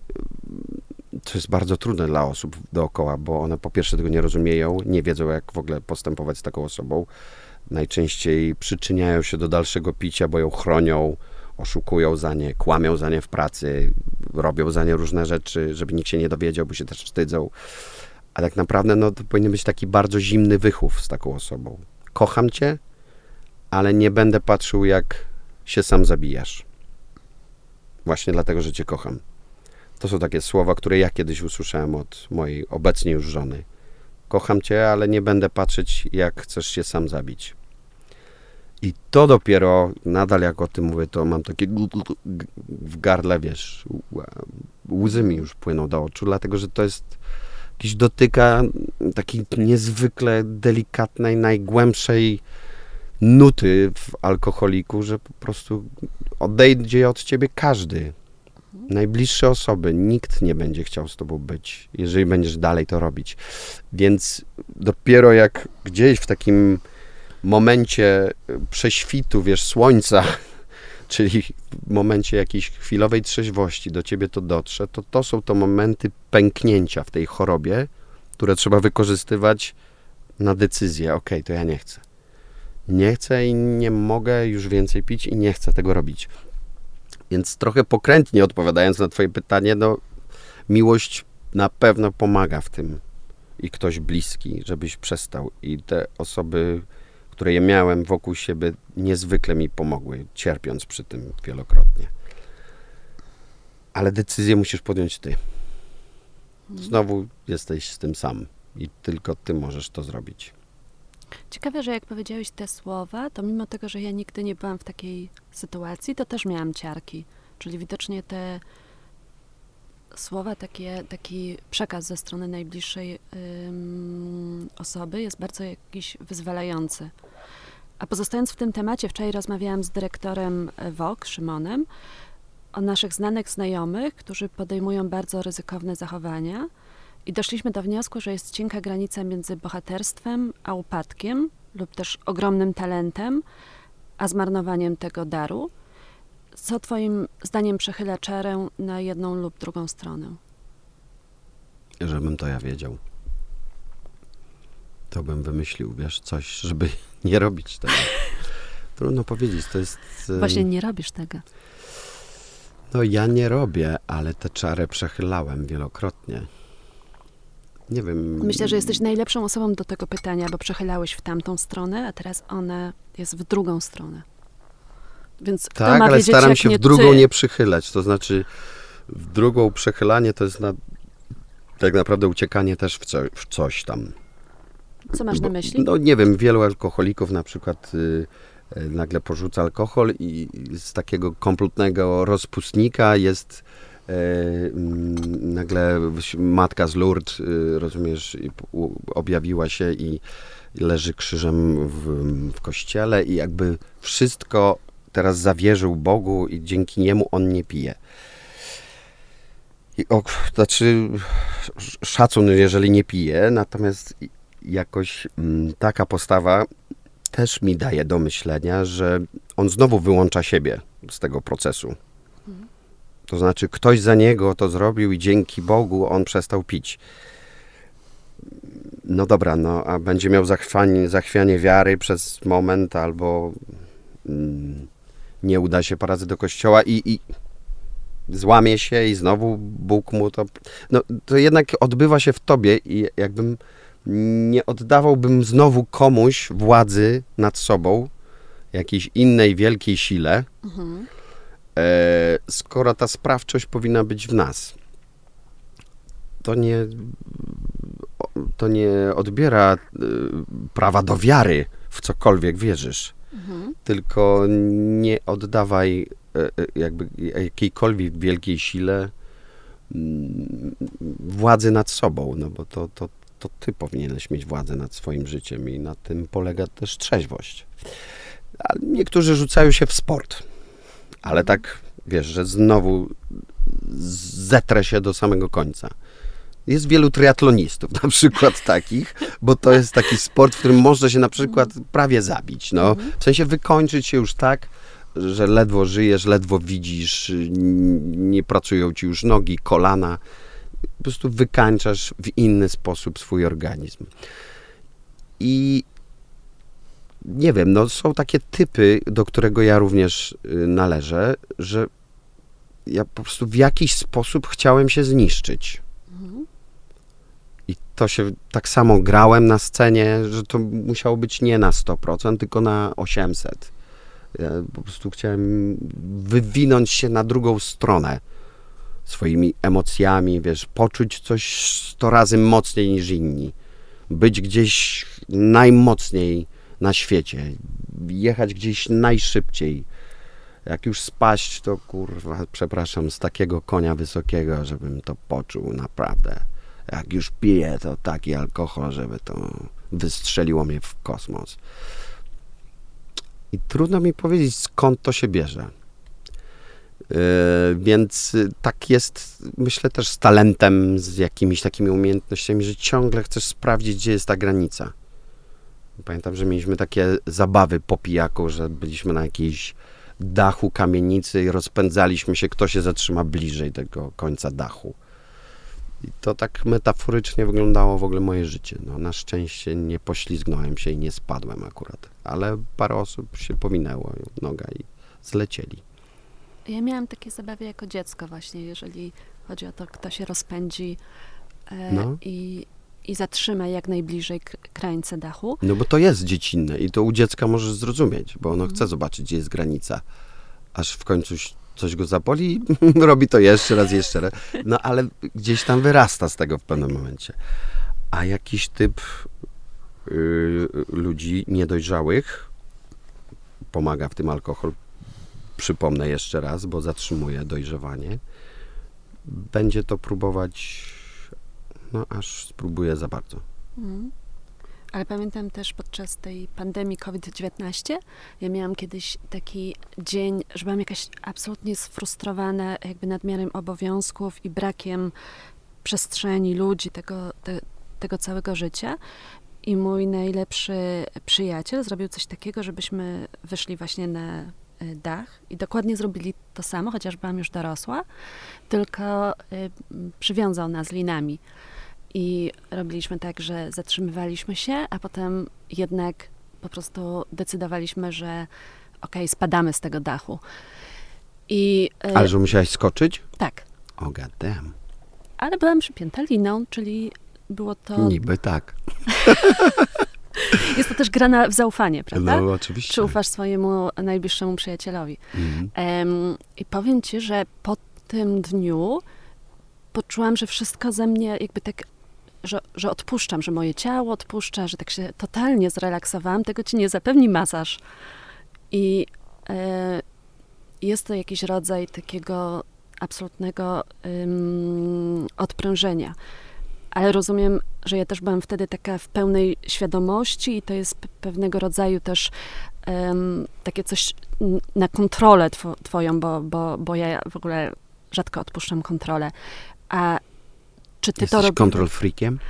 To jest bardzo trudne dla osób dookoła, bo one po pierwsze tego nie rozumieją, nie wiedzą, jak w ogóle postępować z taką osobą. Najczęściej przyczyniają się do dalszego picia, bo ją chronią, oszukują za nie, kłamią za nie w pracy, robią za nie różne rzeczy, żeby nikt się nie dowiedział, bo się też wstydzą. A tak naprawdę no, to powinien być taki bardzo zimny wychów z taką osobą. Kocham cię, ale nie będę patrzył, jak się sam zabijasz. Właśnie dlatego, że cię kocham. To są takie słowa, które ja kiedyś usłyszałem od mojej obecnie już żony. Kocham cię, ale nie będę patrzeć, jak chcesz się sam zabić. I to dopiero, nadal jak o tym mówię, to mam takie w gardle, wiesz, łzy mi już płyną do oczu, dlatego, że to jest jakiś dotyka takiej niezwykle delikatnej, najgłębszej nuty w alkoholiku, że po prostu odejdzie od ciebie każdy. Najbliższe osoby, nikt nie będzie chciał z tobą być, jeżeli będziesz dalej to robić. Więc dopiero jak gdzieś w takim momencie prześwitu, wiesz, słońca, czyli w momencie jakiejś chwilowej trzeźwości do ciebie to dotrze, to to są to momenty pęknięcia w tej chorobie, które trzeba wykorzystywać na decyzję. Okej, to ja nie chcę. Nie chcę i nie mogę już więcej pić i nie chcę tego robić. Więc trochę pokrętnie odpowiadając na twoje pytanie, no miłość na pewno pomaga w tym i ktoś bliski, żebyś przestał. I te osoby, które je miałem wokół siebie, niezwykle mi pomogły, cierpiąc przy tym wielokrotnie. Ale decyzję musisz podjąć ty. Znowu jesteś z tym sam. I tylko ty możesz to zrobić. Ciekawe, że jak powiedziałeś te słowa, to mimo tego, że ja nigdy nie byłam w takiej sytuacji, to też miałam ciarki. Czyli widocznie te słowa, takie, taki przekaz ze strony najbliższej ym, osoby jest bardzo jakiś wyzwalający. A pozostając w tym temacie, wczoraj rozmawiałam z dyrektorem Vogue, Szymonem, o naszych znanych znajomych, którzy podejmują bardzo ryzykowne zachowania i doszliśmy do wniosku, że jest cienka granica między bohaterstwem a upadkiem lub też ogromnym talentem, a zmarnowaniem tego daru. Co twoim zdaniem przechyla czarę na jedną lub drugą stronę? Żebym to ja wiedział. To bym wymyślił, wiesz, coś, żeby nie robić tego. Trudno powiedzieć, to jest... Właśnie nie robisz tego. No ja nie robię, ale tę czarę przechylałem wielokrotnie. Nie wiem... Myślę, że jesteś najlepszą osobą do tego pytania, bo przechylałeś w tamtą stronę, a teraz ona jest w drugą stronę. Więc kto tak, ma ale wiedzieć, staram jak się nie w drugą ty? nie przychylać. To znaczy w drugą przechylanie to jest na, tak naprawdę uciekanie też w, co, w coś tam. Co masz na myśli? No nie wiem, wielu alkoholików na przykład y, y, nagle porzuca alkohol i z takiego kompletnego rozpustnika jest y, y, nagle matka z Lourdes, y, rozumiesz, i, u, objawiła się i leży krzyżem w, w kościele i jakby wszystko teraz zawierzył Bogu i dzięki niemu on nie pije. I, o, znaczy szacun, jeżeli nie pije, natomiast jakoś m, taka postawa też mi daje do myślenia, że on znowu wyłącza siebie z tego procesu. To znaczy ktoś za niego to zrobił i dzięki Bogu on przestał pić. No dobra, no a będzie miał zachwianie, zachwianie wiary przez moment albo mm, nie uda się parę razy do kościoła i, i złamie się i znowu Bóg mu to... No to jednak odbywa się w tobie i jakbym nie oddawałbym znowu komuś władzy nad sobą, jakiejś innej wielkiej sile, mhm. e, skoro ta sprawczość powinna być w nas. To nie, to nie odbiera y, prawa do wiary, w cokolwiek wierzysz, mhm. tylko nie oddawaj y, jakby jakiejkolwiek wielkiej sile y, władzy nad sobą, no bo to, to, to ty powinieneś mieć władzę nad swoim życiem i na tym polega też trzeźwość. A niektórzy rzucają się w sport, ale tak, wiesz, że znowu zetrę się do samego końca. Jest wielu triatlonistów, na przykład takich, bo to jest taki sport, w którym można się na przykład prawie zabić. No. W sensie wykończyć się już tak, że ledwo żyjesz, ledwo widzisz, nie pracują ci już nogi, kolana. Po prostu wykańczasz w inny sposób swój organizm. I nie wiem, no są takie typy, do którego ja również należę, że ja po prostu w jakiś sposób chciałem się zniszczyć. I to się tak samo grałem na scenie, że to musiało być nie na sto procent, tylko na osiemset. Ja po prostu chciałem wywinąć się na drugą stronę swoimi emocjami, wiesz, poczuć coś sto razy mocniej niż inni. Być gdzieś najmocniej na świecie. Jechać gdzieś najszybciej. Jak już spaść, to kurwa, przepraszam, z takiego konia wysokiego, żebym to poczuł naprawdę. Jak już piję, to taki alkohol, żeby to wystrzeliło mnie w kosmos. I trudno mi powiedzieć, skąd to się bierze. Yy, więc tak jest, myślę, też z talentem, z jakimiś takimi umiejętnościami, że ciągle chcesz sprawdzić, gdzie jest ta granica. Pamiętam, że mieliśmy takie zabawy po pijaku, że byliśmy na jakiejś dachu kamienicy i rozpędzaliśmy się, kto się zatrzyma bliżej tego końca dachu. I to tak metaforycznie wyglądało w ogóle moje życie. No, na szczęście nie poślizgnąłem się i nie spadłem akurat, ale parę osób się powinęło noga i zlecieli. Ja miałam takie zabawy jako dziecko właśnie, jeżeli chodzi o to, kto się rozpędzi e, no. i, i zatrzyma jak najbliżej k- krańce dachu. No bo to jest dziecinne i to u dziecka możesz zrozumieć, bo ono mm. chce zobaczyć, gdzie jest granica, aż w końcu coś go zaboli, robi to jeszcze raz, jeszcze raz. No ale gdzieś tam wyrasta z tego w pewnym momencie. A jakiś typ y, ludzi niedojrzałych pomaga w tym alkohol, przypomnę jeszcze raz, bo zatrzymuje dojrzewanie, będzie to próbować, no aż spróbuje za bardzo. Mm. Ale pamiętam też podczas tej pandemii kowid dziewiętnaście, ja miałam kiedyś taki dzień, że byłam jakaś absolutnie sfrustrowana jakby nadmiarem obowiązków i brakiem przestrzeni, ludzi, tego, te, tego całego życia. I mój najlepszy przyjaciel zrobił coś takiego, żebyśmy wyszli właśnie na dach i dokładnie zrobili to samo, chociaż byłam już dorosła, tylko y, przywiązał nas linami. I robiliśmy tak, że zatrzymywaliśmy się, a potem jednak po prostu decydowaliśmy, że okej, okay, spadamy z tego dachu. I, y, Ale że musiałaś skoczyć? Tak. O, oh, god damn. Ale byłam przypięta liną, czyli było to... Niby tak. Jest to też gra na w zaufanie, prawda? No, oczywiście. Czy ufasz swojemu najbliższemu przyjacielowi. Mhm. Um, I powiem ci, że po tym dniu poczułam, że wszystko ze mnie jakby tak, że, że odpuszczam, że moje ciało odpuszcza, że tak się totalnie zrelaksowałam. Tego ci nie zapewni masaż. I e, jest to jakiś rodzaj takiego absolutnego um, odprężenia. Ale rozumiem, że ja też byłam wtedy taka w pełnej świadomości i to jest p- pewnego rodzaju też um, takie coś na kontrolę two, twoją, bo, bo, bo ja w ogóle rzadko odpuszczam kontrolę. A czy ty Jesteś to robisz? control freakiem?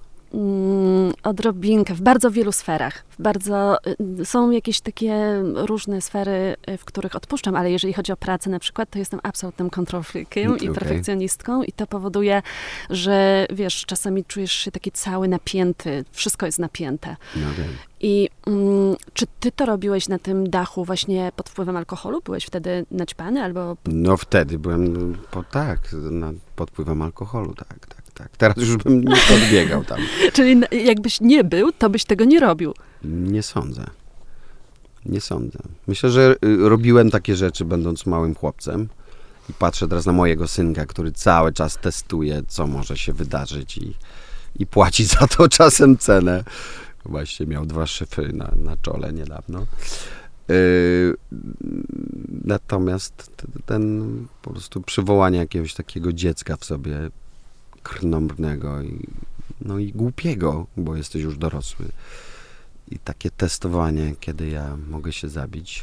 Mm, odrobinkę, w bardzo wielu sferach. W bardzo, y, są jakieś takie różne sfery, y, w których odpuszczam, ale jeżeli chodzi o pracę na przykład, to jestem absolutnym control freakiem i Okay. perfekcjonistką i to powoduje, że wiesz, czasami czujesz się taki cały napięty, wszystko jest napięte. No wiem. I mm, czy ty to robiłeś na tym dachu właśnie pod wpływem alkoholu? Byłeś wtedy naćpany albo... No wtedy byłem, po, tak, na, pod wpływem alkoholu, tak, tak, tak. Teraz już bym nie podbiegał tam. Czyli n- jakbyś nie był, to byś tego nie robił. Nie sądzę. Nie sądzę. Myślę, że y, robiłem takie rzeczy, będąc małym chłopcem i patrzę teraz na mojego synka, który cały czas testuje, co może się wydarzyć i, i płaci za to czasem cenę. Właśnie miał dwa szyfy na, na czole niedawno. Yy, natomiast t- ten po prostu przywołanie jakiegoś takiego dziecka w sobie, krnąbrnego i, no i głupiego, bo jesteś już dorosły. I takie testowanie, kiedy ja mogę się zabić,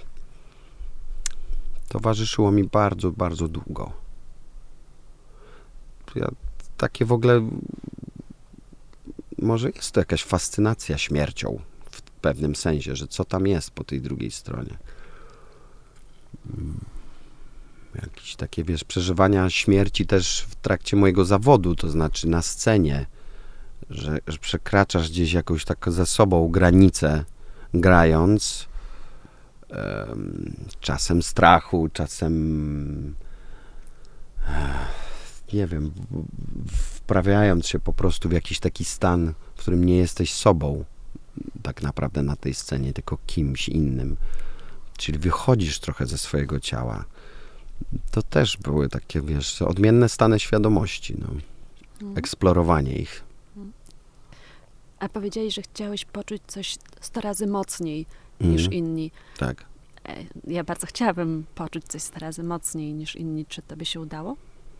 towarzyszyło mi bardzo, bardzo długo. Ja takie w ogóle, może jest to jakaś fascynacja śmiercią w pewnym sensie, że co tam jest po tej drugiej stronie. Jakieś takie, wiesz, przeżywania śmierci też w trakcie mojego zawodu, to znaczy na scenie, że, że przekraczasz gdzieś jakąś taką za sobą granicę, grając, um, czasem strachu, czasem nie wiem, wprawiając się po prostu w jakiś taki stan, w którym nie jesteś sobą tak naprawdę na tej scenie, tylko kimś innym. Czyli wychodzisz trochę ze swojego ciała. To też były takie, wiesz, odmienne stany świadomości, no. Mhm. Eksplorowanie ich. A powiedziałeś, że chciałeś poczuć coś sto razy mocniej niż Mhm. inni. Tak. E, Ja bardzo chciałabym poczuć coś sto razy mocniej niż inni. Czy to by się udało?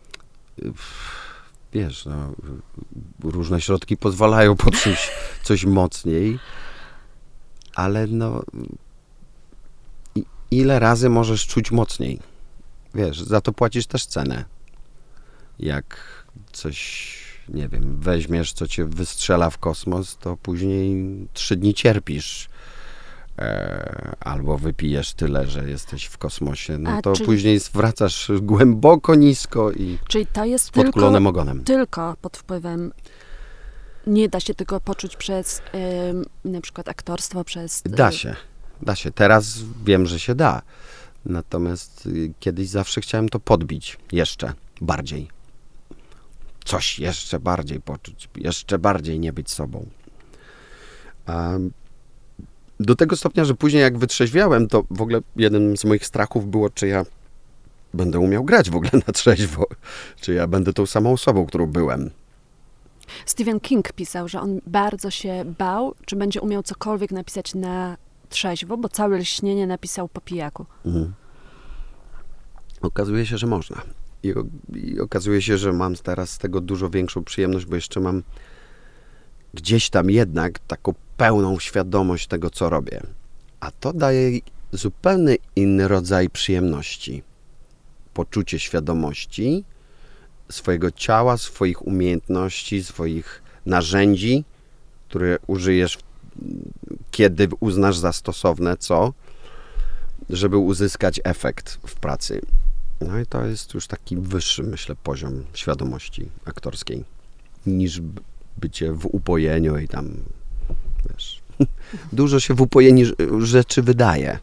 Wiesz, no, różne środki pozwalają poczuć coś mocniej, ale no, i- ile razy możesz czuć mocniej? Wiesz, za to płacisz też cenę. Jak coś, nie wiem, weźmiesz, co cię wystrzela w kosmos, to później trzy dni cierpisz. E, albo wypijesz tyle, że jesteś w kosmosie, no A, to czyli- później wracasz głęboko, nisko i Czyli to jest z tylko, podkulonym ogonem. tylko pod wpływem... Nie da się tego poczuć przez ym, na przykład aktorstwo, przez... Da się, da się. Teraz wiem, że się da. Natomiast y, kiedyś zawsze chciałem to podbić. Jeszcze bardziej. Coś jeszcze bardziej poczuć. Jeszcze bardziej nie być sobą. A do tego stopnia, że później jak wytrzeźwiałem, to w ogóle jeden z moich strachów było, czy ja będę umiał grać w ogóle na trzeźwo. Czy ja będę tą samą osobą, którą byłem. Stephen King pisał, że on bardzo się bał, czy będzie umiał cokolwiek napisać na trzeźwo, bo całe Lśnienie napisał po pijaku. Mhm. Okazuje się, że można. I, I okazuje się, że mam teraz z tego dużo większą przyjemność, bo jeszcze mam gdzieś tam jednak taką pełną świadomość tego, co robię. A to daje zupełnie inny rodzaj przyjemności. Poczucie świadomości swojego ciała, swoich umiejętności, swoich narzędzi, które użyjesz, kiedy uznasz za stosowne, co, żeby uzyskać efekt w pracy. No i to jest już taki wyższy, myślę, poziom świadomości aktorskiej, niż bycie w upojeniu i tam, wiesz, dużo się w upojeniu rzeczy wydaje.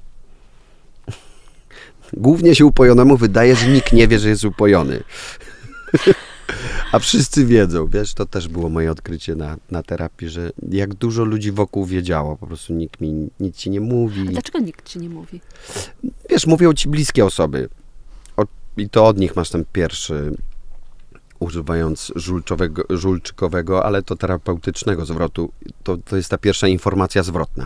Głównie się upojonemu wydaje, że nikt nie wie, że jest upojony. A wszyscy wiedzą, wiesz, to też było moje odkrycie na, na terapii, że jak dużo ludzi wokół wiedziało, po prostu nikt mi nic ci nie mówi. A dlaczego nikt ci nie mówi? Wiesz, mówią ci bliskie osoby. O, i to od nich masz ten pierwszy, używając żulczowego, żulczykowego, ale to terapeutycznego zwrotu. To, to jest ta pierwsza informacja zwrotna.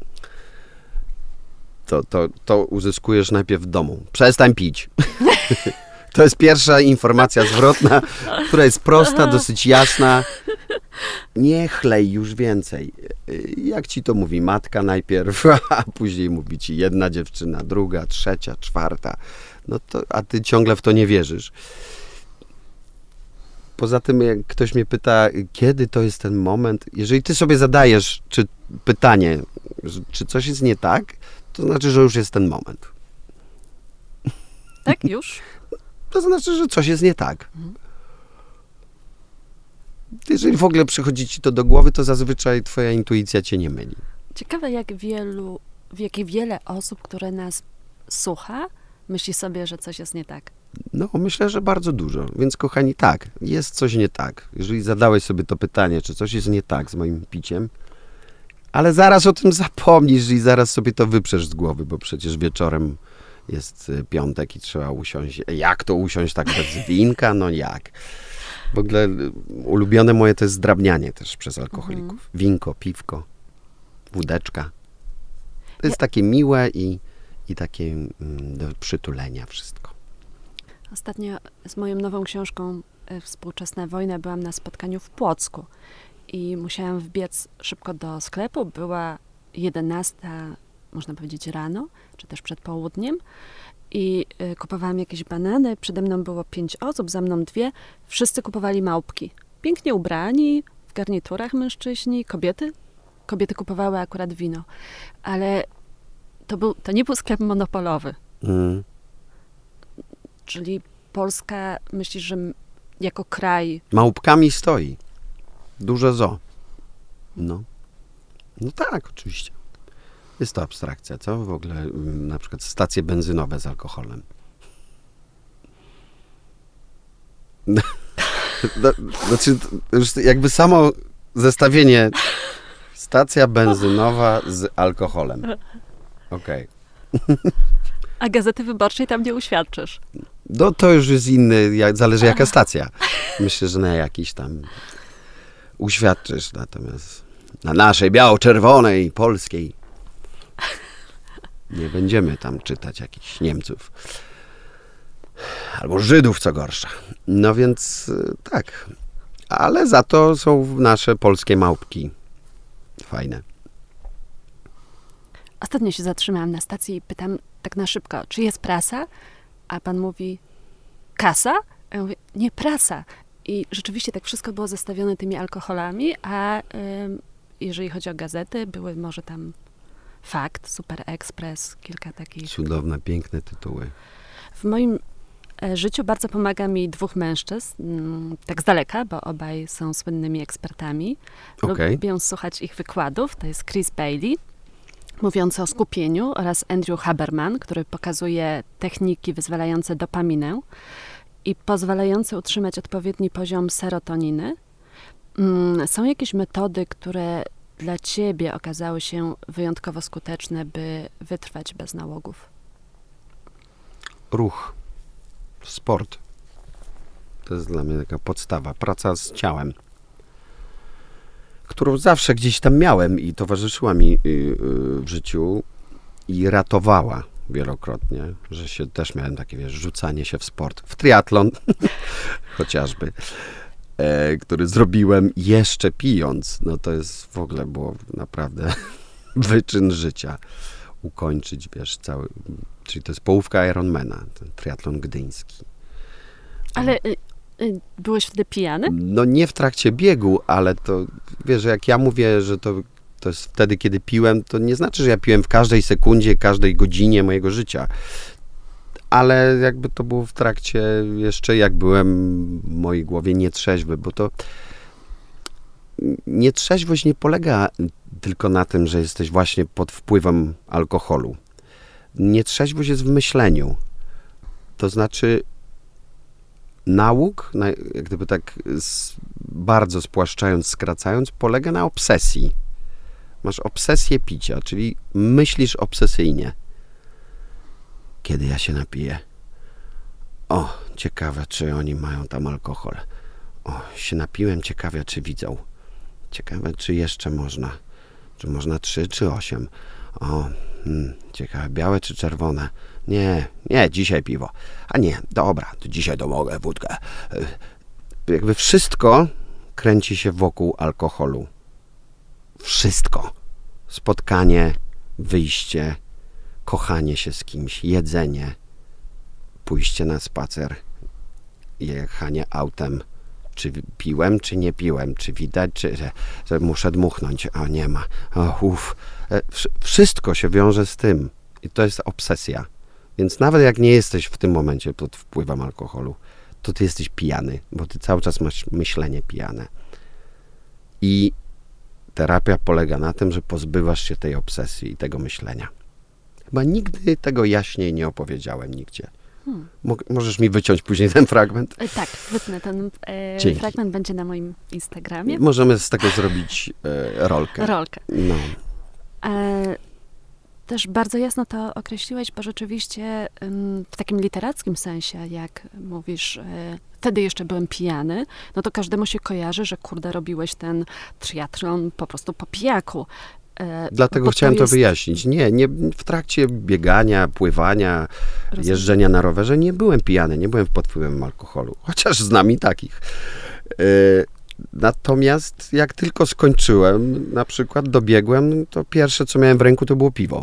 To, to, to uzyskujesz najpierw w domu. Przestań pić. To jest pierwsza informacja zwrotna, która jest prosta, dosyć jasna. Nie chlej już więcej. Jak ci to mówi matka najpierw, a później mówi ci jedna dziewczyna, druga, trzecia, czwarta. No to, a ty ciągle w to nie wierzysz. Poza tym, jak ktoś mnie pyta, kiedy to jest ten moment, jeżeli ty sobie zadajesz czy pytanie, czy coś jest nie tak, to znaczy, że już jest ten moment. Tak, już? To znaczy, że coś jest nie tak. Mhm. Jeżeli w ogóle przychodzi ci to do głowy, to zazwyczaj twoja intuicja cię nie myli. Ciekawe, jak wielu, jak wiele osób, które nas słucha, myśli sobie, że coś jest nie tak. No, myślę, że bardzo dużo. Więc kochani, tak, jest coś nie tak. Jeżeli zadałeś sobie to pytanie, czy coś jest nie tak z moim piciem, ale zaraz o tym zapomnisz i zaraz sobie to wyprzesz z głowy, bo przecież wieczorem jest piątek i trzeba usiąść. Jak to usiąść tak bez winka? No jak? W ogóle ulubione moje to jest zdrabnianie też przez alkoholików. Mhm. Winko, piwko, wódeczka. To jest ja... takie miłe i, i takie mm, do przytulenia wszystko. Ostatnio z moją nową książką Współczesna wojna byłam na spotkaniu w Płocku i musiałam wbiec szybko do sklepu. Była jedenasta, można powiedzieć, rano, czy też przed południem i y, kupowałam jakieś banany. Przede mną było pięć osób, za mną dwie. Wszyscy kupowali małpki. Pięknie ubrani, w garniturach mężczyźni, kobiety. Kobiety kupowały akurat wino. Ale to, był, to nie był sklep monopolowy. Mm. Czyli Polska, myślisz, że jako kraj... Małpkami stoi. Duże zoo. No. No tak, oczywiście. Jest to abstrakcja, co? W ogóle na przykład stacje benzynowe z alkoholem. No, znaczy, już jakby samo zestawienie stacja benzynowa z alkoholem. Okej. Okay. A Gazety Wyborczej tam nie uświadczysz. No to już jest inny, jak, zależy jaka stacja. Myślę, że na jakiś tam uświadczysz, natomiast na naszej biało-czerwonej, polskiej nie będziemy tam czytać jakichś Niemców. Albo Żydów, co gorsza. No więc tak. Ale za to są nasze polskie małpki. Fajne. Ostatnio się zatrzymałam na stacji i pytam tak na szybko, czy jest prasa? A pan mówi, kasa? A ja mówię, nie, prasa. I rzeczywiście tak wszystko było zestawione tymi alkoholami, a ym, jeżeli chodzi o gazety, były może tam Fakt, Super Express, kilka takich. Cudowne, piękne tytuły. W moim e, życiu bardzo pomaga mi dwóch mężczyzn, m, tak z daleka, bo obaj są słynnymi ekspertami. Okay. Lubię słuchać ich wykładów. To jest Chris Bailey, mówiący o skupieniu, oraz Andrew Haberman, który pokazuje techniki wyzwalające dopaminę i pozwalające utrzymać odpowiedni poziom serotoniny. Mm, są jakieś metody, które dla ciebie okazały się wyjątkowo skuteczne, by wytrwać bez nałogów? Ruch, sport. To jest dla mnie taka podstawa. Praca z ciałem. którą zawsze gdzieś tam miałem i towarzyszyła mi y, y, w życiu i ratowała wielokrotnie, że się też miałem takie, wiesz, rzucanie się w sport, w triatlon chociażby, e, który zrobiłem jeszcze pijąc. No to jest w ogóle było naprawdę wyczyn życia. Ukończyć, wiesz, cały, czyli to jest połówka Ironmana, ten triatlon gdyński. Ale y, y, byłeś wtedy pijany? No nie w trakcie biegu, ale to, wiesz, jak ja mówię, że to, to jest wtedy, kiedy piłem, to nie znaczy, że ja piłem w każdej sekundzie, każdej godzinie mojego życia. Ale jakby to było w trakcie jeszcze, jak byłem w mojej głowie nietrzeźwy, bo to nietrzeźwość nie polega tylko na tym, że jesteś właśnie pod wpływem alkoholu. Nietrzeźwość jest w myśleniu. To znaczy nauk, jak gdyby tak bardzo spłaszczając, skracając, polega na obsesji. Masz obsesję picia, czyli myślisz obsesyjnie. Kiedy ja się napiję? O, ciekawe, czy oni mają tam alkohol. O, się napiłem, ciekawe, czy widzą. Ciekawe, czy jeszcze można. Czy można trzy, czy osiem. O, hmm, ciekawe, białe czy czerwone. Nie, nie, dzisiaj piwo. A nie, dobra, to dzisiaj to mogę wódkę. Jakby wszystko kręci się wokół alkoholu. Wszystko. Spotkanie, wyjście, kochanie się z kimś, jedzenie, pójście na spacer, jechanie autem. Czy piłem, czy nie piłem, czy widać, czy że, że muszę dmuchnąć, a nie ma. O, uf. Wszystko się wiąże z tym i to jest obsesja. Więc nawet jak nie jesteś w tym momencie pod wpływem alkoholu, to ty jesteś pijany, bo ty cały czas masz myślenie pijane. I terapia polega na tym, że pozbywasz się tej obsesji i tego myślenia. Chyba nigdy tego jaśniej nie opowiedziałem nigdzie. Hmm. Mo- możesz mi wyciąć później ten fragment? E, tak, wytnę ten e, fragment, będzie na moim Instagramie. Możemy z tego zrobić e, rolkę. Rolkę. No. E, też bardzo jasno to określiłeś, bo rzeczywiście ym, w takim literackim sensie, jak mówisz, e, wtedy jeszcze byłem pijany, no to każdemu się kojarzy, że kurde, robiłeś ten triatlon po prostu po pijaku. Dlatego Bo chciałem to, to jest... wyjaśnić. Nie, nie, w trakcie biegania, pływania, Rozumiem. jeżdżenia na rowerze nie byłem pijany, nie byłem pod wpływem alkoholu, chociaż znam i takich. Yy, natomiast jak tylko skończyłem, na przykład dobiegłem, to pierwsze, co miałem w ręku, to było piwo.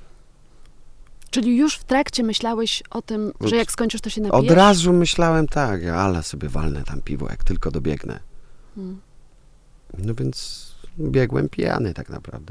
Czyli już w trakcie myślałeś o tym, że jak skończysz, to się napijesz? Od razu myślałem tak, ale sobie walnę tam piwo, jak tylko dobiegnę. Hmm. No więc biegłem pijany tak naprawdę.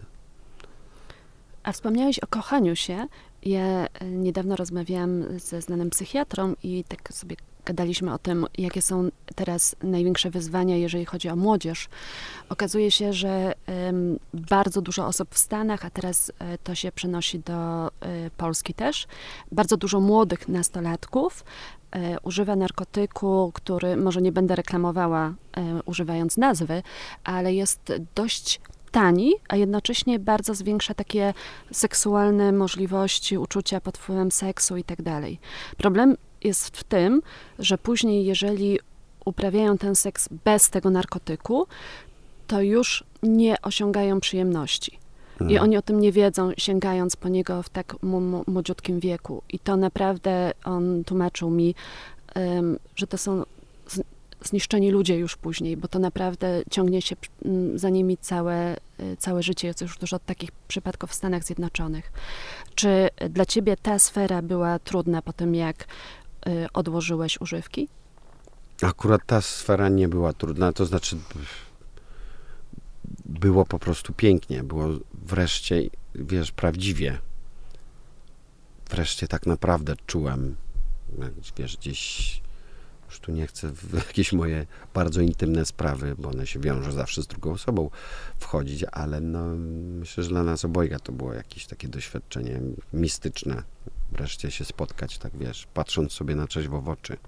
A wspomniałeś o kochaniu się. Ja niedawno rozmawiałam ze znanym psychiatrą i tak sobie gadaliśmy o tym, jakie są teraz największe wyzwania, jeżeli chodzi o młodzież. Okazuje się, że um, bardzo dużo osób w Stanach, a teraz e, to się przenosi do e, Polski też, bardzo dużo młodych nastolatków e, używa narkotyku, który, może nie będę reklamowała e, używając nazwy, ale jest dość tani, a jednocześnie bardzo zwiększa takie seksualne możliwości, uczucia pod wpływem seksu i tak dalej. Problem jest w tym, że później, jeżeli uprawiają ten seks bez tego narkotyku, to już nie osiągają przyjemności. Hmm. I oni o tym nie wiedzą, sięgając po niego w tak m- młodziutkim wieku. I to naprawdę on tłumaczył mi, um, że to są z- zniszczeni ludzie już później, bo to naprawdę ciągnie się za nimi całe, całe życie. Jest już dużo takich przypadków w Stanach Zjednoczonych. Czy dla ciebie ta sfera była trudna po tym, jak odłożyłeś używki? Akurat ta sfera nie była trudna, to znaczy było po prostu pięknie, było wreszcie, wiesz, prawdziwie. Wreszcie tak naprawdę czułem, wiesz, gdzieś, już tu nie chcę w jakieś moje bardzo intymne sprawy, bo one się wiążą zawsze z drugą osobą wchodzić, ale no, myślę, że dla nas obojga to było jakieś takie doświadczenie mistyczne. Wreszcie się spotkać, tak wiesz, patrząc sobie na trzeźwo w oczy.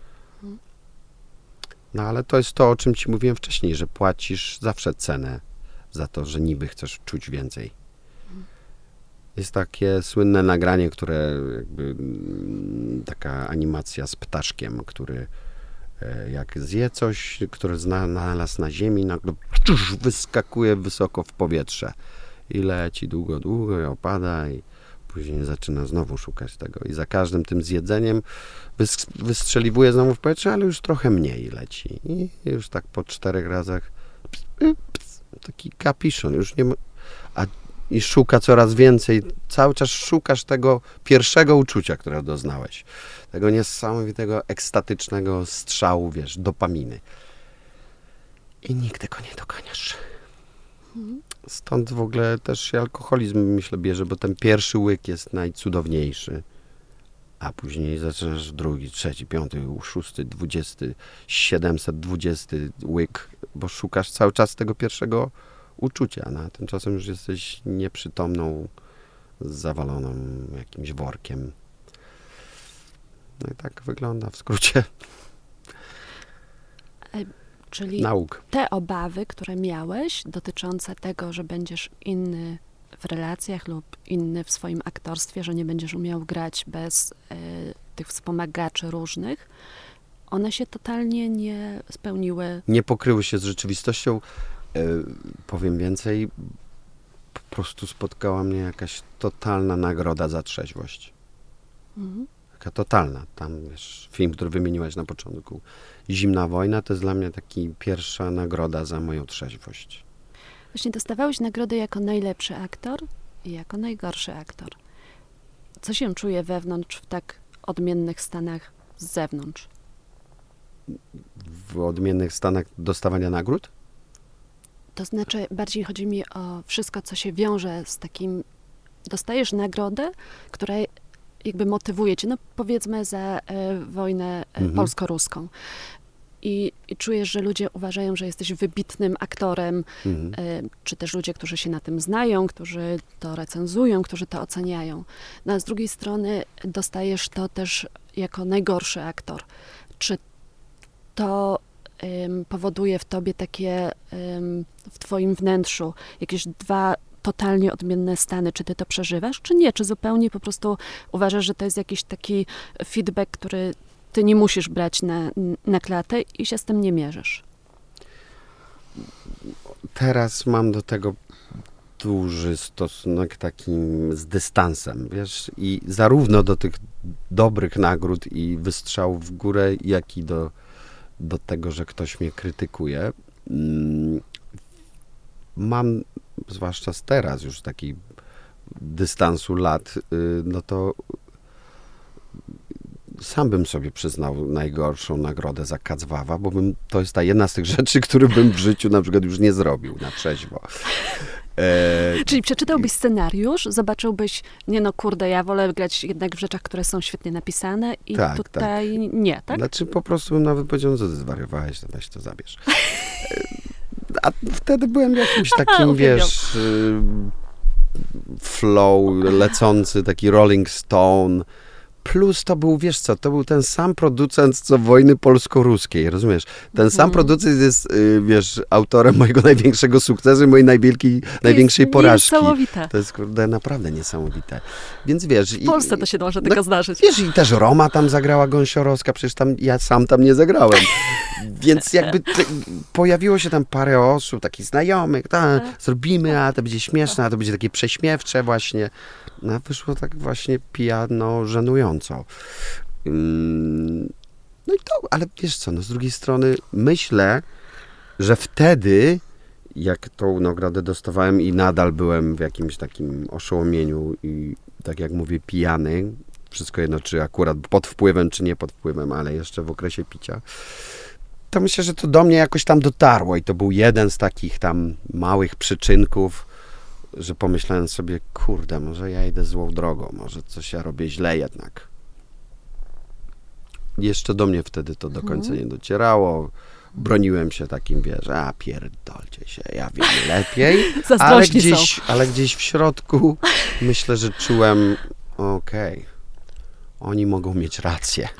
No ale to jest to, o czym ci mówiłem wcześniej, że płacisz zawsze cenę za to, że niby chcesz czuć więcej. Jest takie słynne nagranie, które jakby taka animacja z ptaszkiem, który Jak zje coś, które znalazł na ziemi, nagle wyskakuje wysoko w powietrze i leci długo, długo i opada i później zaczyna znowu szukać tego. I za każdym tym zjedzeniem wystrzeliwuje znowu w powietrze, ale już trochę mniej leci. I już tak po czterech razach ps, ps, taki kapiszon, już nie ma, a i szuka coraz więcej. Cały czas szukasz tego pierwszego uczucia, które doznałeś. Tego niesamowitego, ekstatycznego strzału, wiesz, dopaminy. I nigdy go nie doganiasz. Stąd w ogóle też się alkoholizm, myślę, bierze, bo ten pierwszy łyk jest najcudowniejszy. A później zaczynasz drugi, trzeci, piąty, szósty, dwudziesty, siedemset dwudziesty łyk, bo szukasz cały czas tego pierwszego uczucia. No, a tymczasem już jesteś nieprzytomną, zawaloną jakimś workiem. No i tak wygląda w skrócie. Czyli nauk. Te obawy, które miałeś dotyczące tego, że będziesz inny w relacjach lub inny w swoim aktorstwie, że nie będziesz umiał grać bez y, tych wspomagaczy różnych, one się totalnie nie spełniły. Nie pokryły się z rzeczywistością. Y, powiem więcej, po prostu spotkała mnie jakaś totalna nagroda za trzeźwość. Mhm. Taka totalna. Tam, wiesz, film, który wymieniłaś na początku, Zimna wojna, to jest dla mnie taki pierwsza nagroda za moją trzeźwość. Właśnie dostawałeś nagrody jako najlepszy aktor i jako najgorszy aktor. Co się czuje wewnątrz w tak odmiennych stanach z zewnątrz? W odmiennych stanach dostawania nagród? To znaczy, bardziej chodzi mi o wszystko, co się wiąże z takim... Dostajesz nagrodę, która jakby motywuje cię, no powiedzmy za e, wojnę e, mhm. polsko-ruską. I, I czujesz, że ludzie uważają, że jesteś wybitnym aktorem, mhm. y, czy też ludzie, którzy się na tym znają, którzy to recenzują, którzy to oceniają. No a z drugiej strony dostajesz to też jako najgorszy aktor. Czy to ym, powoduje w tobie takie, ym, w twoim wnętrzu jakieś dwa totalnie odmienne stany? Czy ty to przeżywasz, czy nie? Czy zupełnie po prostu uważasz, że to jest jakiś taki feedback, który ty nie musisz brać na, na klatę i się z tym nie mierzysz? Teraz mam do tego duży stosunek takim z dystansem, wiesz, i zarówno do tych dobrych nagród i wystrzałów w górę, jak i do, do tego, że ktoś mnie krytykuje. Mam, zwłaszcza z teraz już taki dystansu lat, no to sam bym sobie przyznał najgorszą nagrodę za Kacwawa, bo bym, to jest ta jedna z tych rzeczy, które bym w życiu na przykład już nie zrobił na trzeźwo. E... Czyli przeczytałbyś scenariusz, zobaczyłbyś, nie no kurde, ja wolę grać jednak w rzeczach, które są świetnie napisane i tak, tutaj tak. nie, tak? Znaczy po prostu bym nawet powiedział, że ty zwariowałeś, to weź to zabierz. A wtedy byłem jakimś takim, wiesz, flow lecący, taki Rolling Stone. Plus to był, wiesz co, to był ten sam producent, co Wojny Polsko-Ruskiej, rozumiesz? Ten mm. sam producent jest, wiesz, autorem mojego największego sukcesu i mojej największej, największej porażki. Niesamowite. To jest, kurde, naprawdę niesamowite. Więc wiesz... W Polsce i, to się może no, tylko zdarzyć. Wiesz, i też Roma tam zagrała Gąsiorowska, przecież tam, ja sam tam nie zagrałem. Więc jakby te, pojawiło się tam parę osób, takich znajomych, ta, zrobimy, a to będzie śmieszne, a to będzie takie prześmiewcze właśnie. No, a wyszło tak właśnie pijano, żenująco. No i to, ale wiesz co, no z drugiej strony myślę, że wtedy, jak tą nagrodę dostawałem i nadal byłem w jakimś takim oszołomieniu i tak jak mówię, pijany, wszystko jedno, czy akurat pod wpływem, czy nie pod wpływem, ale jeszcze w okresie picia, to myślę, że to do mnie jakoś tam dotarło i to był jeden z takich tam małych przyczynków, że pomyślałem sobie, kurde, może ja idę złą drogą, może coś ja robię źle jednak. Jeszcze do mnie wtedy to do końca nie docierało. Broniłem się takim, wiesz, a pierdolcie się, ja wiem lepiej. ale gdzieś, ale gdzieś w środku myślę, że czułem, okej, okay, oni mogą mieć rację.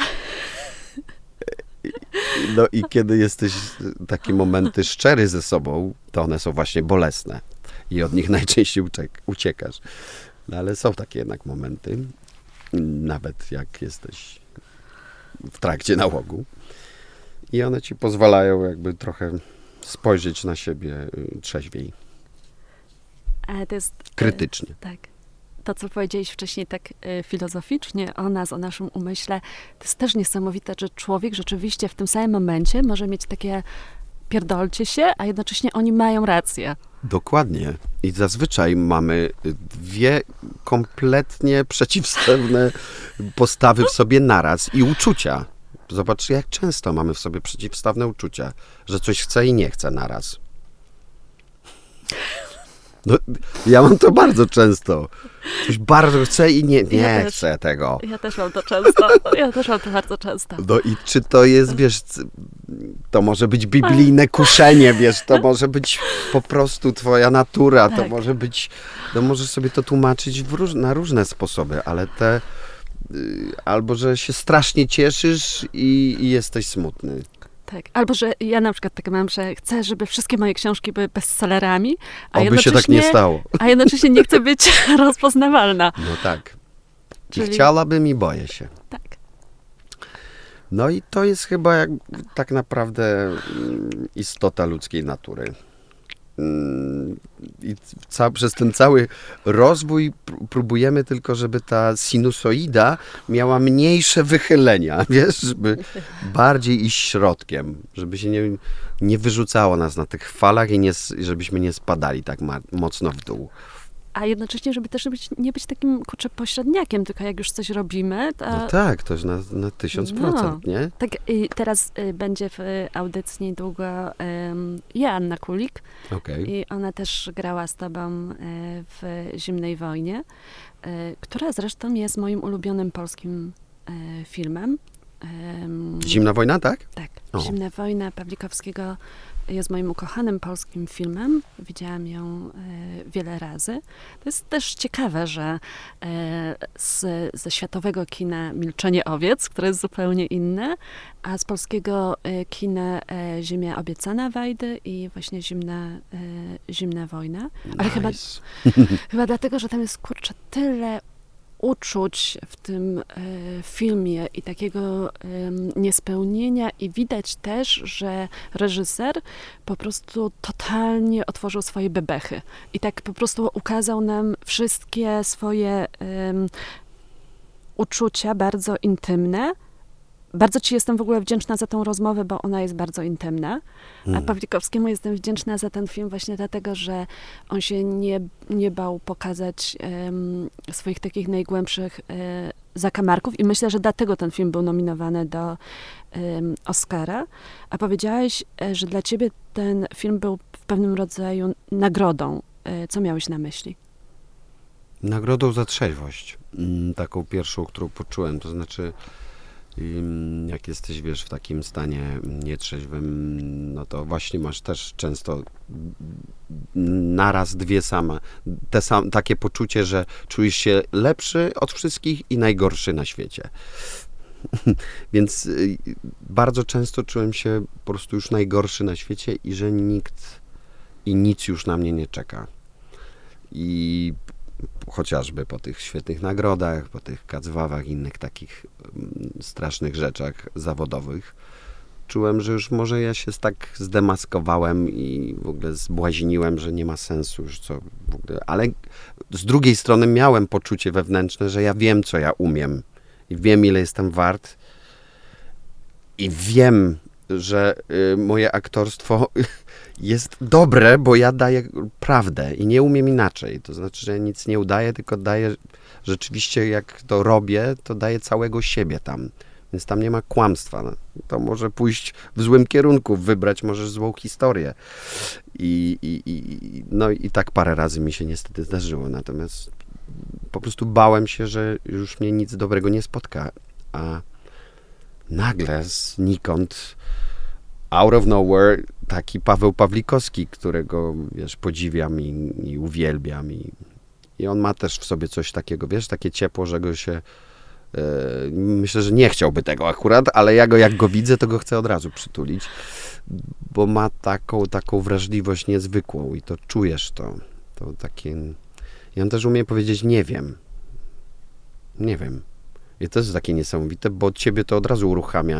No i kiedy jesteś takie momenty szczery ze sobą, to one są właśnie bolesne. I od nich najczęściej uciek- uciekasz. No ale są takie jednak momenty, nawet jak jesteś w trakcie nałogu. i one ci pozwalają jakby trochę spojrzeć na siebie y, trzeźwiej. Ale to jest... Krytycznie. Tak. To, co powiedziałeś wcześniej tak y, filozoficznie o nas, o naszym umyśle, to jest też niesamowite, że człowiek rzeczywiście w tym samym momencie może mieć takie pierdolcie się, a jednocześnie oni mają rację. Dokładnie. I zazwyczaj mamy dwie kompletnie przeciwstawne postawy w sobie naraz i uczucia. Zobacz, jak często mamy w sobie przeciwstawne uczucia, że coś chce i nie chce naraz. No, ja mam to bardzo często. Coś bardzo chcę i nie, nie Ja chcę też. tego. Ja też mam to często. Ja też mam to bardzo często. No i czy to jest, wiesz, to może być biblijne kuszenie, wiesz, to może być po prostu twoja natura, to Tak. może być, no możesz sobie to tłumaczyć w róż, na różne sposoby, ale te, y, albo że się strasznie cieszysz i, i jesteś smutny. Tak. Albo, że ja na przykład tak mam, że chcę, żeby wszystkie moje książki były bestsellerami, a Oby się jednocześnie, tak nie stało. a jednocześnie nie chcę być rozpoznawalna. No tak. I Czyli- chciałabym i boję się. Tak. No i to jest chyba jak, tak naprawdę mm, istota ludzkiej natury. Mm, I ca- przez ten cały rozwój pró- próbujemy tylko, żeby ta sinusoida miała mniejsze wychylenia, wiesz, żeby bardziej iść środkiem, żeby się nie, nie wyrzucało nas na tych falach i nie, s- żebyśmy nie spadali tak ma- mocno w dół. A jednocześnie, żeby też być, nie być takim, kurczę, pośredniakiem, tylko jak już coś robimy, to... No tak, to jest na, na tysiąc No. procent, nie? Tak, i teraz y, będzie w y, audycji niedługo ym, Joanna Kulik Okej. i ona też grała z tobą y, w Zimnej Wojnie, y, która zresztą jest moim ulubionym polskim y, filmem. Ym, Zimna wojna, tak? Tak, O. Zimna Wojna Pawlikowskiego jest moim ukochanym polskim filmem. Widziałam ją e, wiele razy. To jest też ciekawe, że e, z, ze światowego kina Milczenie owiec, które jest zupełnie inne, a z polskiego e, kina e, Ziemia obiecana Wajdy i właśnie Zimna, e, Zimna Wojna. Ale chyba, Nice. chyba dlatego, że tam jest, kurczę, tyle uczuć w tym e, filmie i takiego em, niespełnienia i widać też, że reżyser po prostu totalnie otworzył swoje bebechy i tak po prostu ukazał nam wszystkie swoje em, uczucia bardzo intymne. Bardzo ci jestem w ogóle wdzięczna za tą rozmowę, bo ona jest bardzo intymna. A Mm. Pawlikowskiemu jestem wdzięczna za ten film właśnie dlatego, że on się nie, nie bał pokazać em, swoich takich najgłębszych e, zakamarków i myślę, że dlatego ten film był nominowany do em, Oscara. A powiedziałeś, e, że dla ciebie ten film był w pewnym rodzaju nagrodą. E, co miałeś na myśli? Nagrodą za trzeźwość. Mm, Taką pierwszą, którą poczułem. To znaczy, ym, jak jesteś, wiesz, w takim stanie nietrzeźwym, no to właśnie masz też często naraz dwie same, te sam, takie poczucie, że czujesz się lepszy od wszystkich i najgorszy na świecie. Więc y, bardzo często czułem się po prostu już najgorszy na świecie i że nikt i nic już na mnie nie czeka. I chociażby po tych świetnych nagrodach, po tych kacwawach i innych takich mm, strasznych rzeczach zawodowych, czułem, że już może ja się tak zdemaskowałem i w ogóle zbłaźniłem, że nie ma sensu już co w ogóle. Ale z drugiej strony miałem poczucie wewnętrzne, że ja wiem, co ja umiem i wiem, ile jestem wart i wiem, że y, moje aktorstwo jest dobre, bo ja daję prawdę i nie umiem inaczej. To znaczy, że nic nie udaję, tylko daję rzeczywiście, jak to robię, to daję całego siebie tam. Więc tam nie ma kłamstwa. No, to może pójść w złym kierunku, wybrać możesz złą historię. I, i, i, no i tak parę razy mi się niestety zdarzyło. Natomiast po prostu bałem się, że już mnie nic dobrego nie spotka. A nagle znikąd, out of nowhere, taki Paweł Pawlikowski, którego, wiesz, podziwiam i, i uwielbiam. I, I on ma też w sobie coś takiego, wiesz, takie ciepło, że go się... e, myślę, że nie chciałby tego akurat, ale ja go, jak go widzę, to go chcę od razu przytulić, bo ma taką, taką wrażliwość niezwykłą i to czujesz to. To takie... I on też umie powiedzieć, nie wiem. Nie wiem. I to jest takie niesamowite, bo ciebie to od razu uruchamia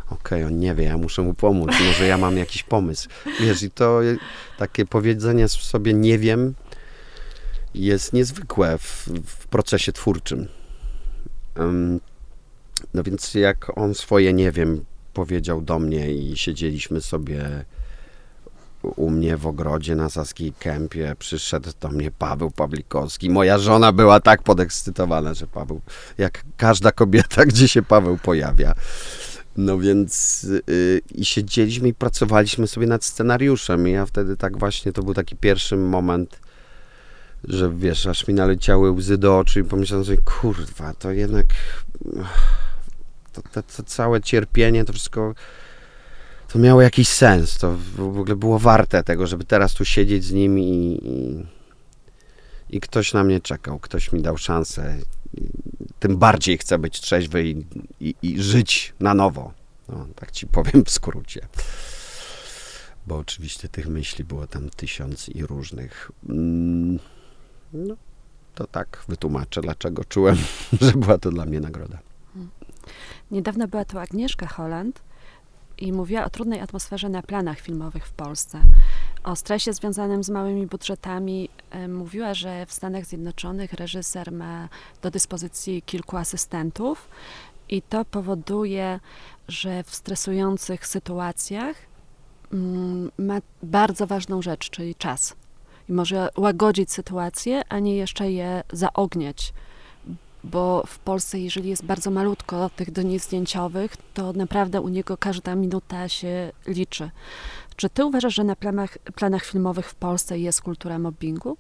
okej, okay, on nie wie, ja muszę mu pomóc, może ja mam jakiś pomysł. Wiesz, i to takie powiedzenie sobie nie wiem jest niezwykłe w, w procesie twórczym. Um, no więc jak on swoje nie wiem powiedział do mnie i siedzieliśmy sobie u mnie w ogrodzie na Saskiej Kępie, przyszedł do mnie Paweł Pawlikowski. Moja żona była tak podekscytowana, że Paweł, jak każda kobieta, gdzie się Paweł pojawia. No więc yy, i siedzieliśmy i pracowaliśmy sobie nad scenariuszem i ja wtedy tak właśnie, to był taki pierwszy moment, że wiesz, aż mi naleciały łzy do oczu i pomyślałem sobie, kurwa, to jednak to, to, to całe cierpienie, to wszystko to miało jakiś sens, to w ogóle było warte tego, żeby teraz tu siedzieć z nim i, i, i ktoś na mnie czekał, ktoś mi dał szansę. Tym bardziej chcę być trzeźwy i, i, i żyć na nowo. No, tak ci powiem w skrócie. Bo oczywiście tych myśli było tam tysiąc i różnych. No, to tak wytłumaczę, dlaczego czułem, że była to dla mnie nagroda. Niedawno była tu Agnieszka Holland i mówiła o trudnej atmosferze na planach filmowych w Polsce, o stresie związanym z małymi budżetami. Mówiła, że w Stanach Zjednoczonych reżyser ma do dyspozycji kilku asystentów i to powoduje, że w stresujących sytuacjach ma bardzo ważną rzecz, czyli czas. I może łagodzić sytuację, a nie jeszcze je zaogniać. Bo w Polsce, jeżeli jest bardzo malutko tych dni zdjęciowych, to naprawdę u niego każda minuta się liczy. Czy ty uważasz, że na planach, planach filmowych w Polsce jest kultura mobbingu?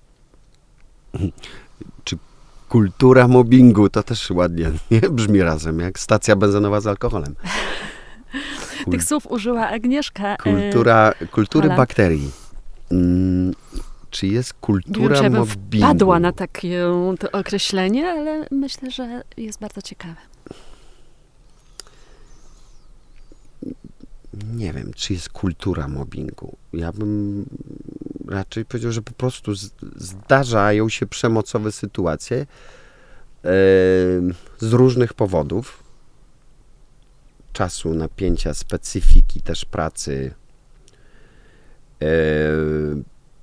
Czy kultura mobbingu, to też ładnie nie? Brzmi razem, jak stacja benzynowa z alkoholem. Kul... Tych słów użyła Agnieszka. Kultura, kultury bakterii. Mm. Czy jest kultura nie wiem, mobbingu? Padła na takie to określenie, ale myślę, że jest bardzo ciekawe. Nie wiem, czy jest kultura mobbingu. Ja bym raczej powiedział, że po prostu z, zdarzają się przemocowe sytuacje yy, z różnych powodów. Czasu, napięcia, specyfiki też pracy. Yy,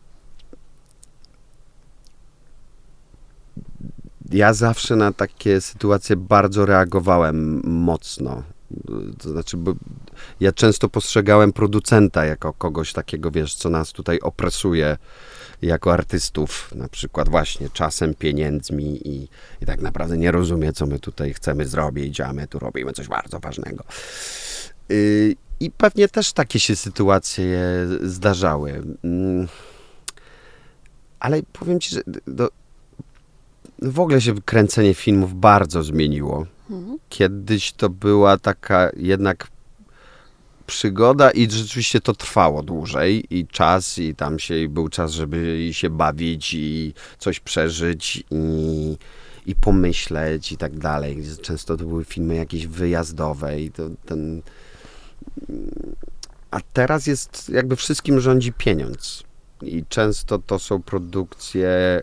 Ja zawsze na takie sytuacje bardzo reagowałem mocno. To znaczy, bo ja często postrzegałem producenta jako kogoś takiego, wiesz, co nas tutaj opresuje jako artystów, na przykład właśnie czasem, pieniędzmi i, i tak naprawdę nie rozumie, co my tutaj chcemy zrobić, a my tu robimy coś bardzo ważnego. Yy, I pewnie też takie się sytuacje zdarzały. Yy, ale powiem ci, że do, w ogóle się kręcenie filmów bardzo zmieniło. Mhm. Kiedyś to była taka jednak przygoda i rzeczywiście to trwało dłużej i czas i tam się i był czas, żeby się bawić i coś przeżyć i, i pomyśleć i tak dalej. Często to były filmy jakieś wyjazdowe i to ten... A teraz jest jakby wszystkim rządzi pieniądz i często to są produkcje e,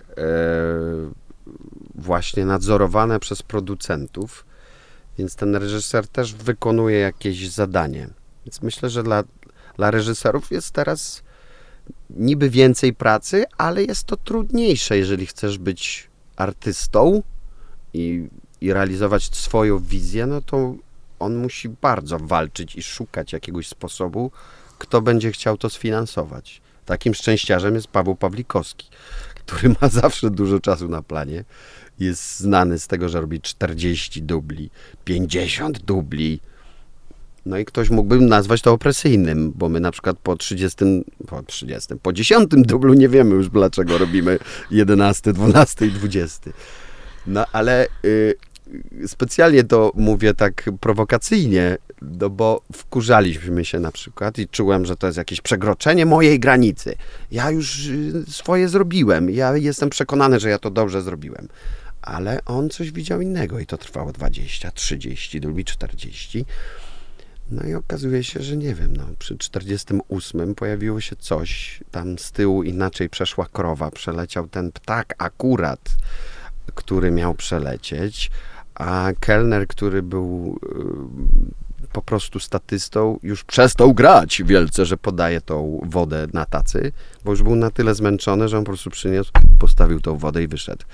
właśnie nadzorowane przez producentów, więc ten reżyser też wykonuje jakieś zadanie. Więc myślę, że dla, dla reżyserów jest teraz niby więcej pracy, ale jest to trudniejsze, jeżeli chcesz być artystą i, i realizować swoją wizję, no to on musi bardzo walczyć i szukać jakiegoś sposobu, kto będzie chciał to sfinansować. Takim szczęściarzem jest Paweł Pawlikowski, który ma zawsze dużo czasu na planie. Jest znany z tego, że robi czterdzieści dubli, pięćdziesiąt dubli. No i ktoś mógłby nazwać to opresyjnym, bo my na przykład po trzydziestym, po trzydziestym, po dziesiątym dublu nie wiemy już, dlaczego robimy jedenasty, dwunasty i dwudziesty. No ale y, specjalnie to mówię tak prowokacyjnie, no bo wkurzaliśmy się na przykład i czułem, że to jest jakieś przekroczenie mojej granicy. Ja już y, swoje zrobiłem, ja jestem przekonany, że ja to dobrze zrobiłem. Ale on coś widział innego i to trwało dwadzieścia, trzydzieści dubli, czterdzieści. No i okazuje się, że nie wiem, no, przy czterdziestym ósmym pojawiło się coś, tam z tyłu inaczej przeszła krowa, przeleciał ten ptak akurat, który miał przelecieć, a kelner, który był po prostu statystą, już przestał grać wielce, że podaje tą wodę na tacy, bo już był na tyle zmęczony, że on po prostu przyniósł, postawił tą wodę i wyszedł.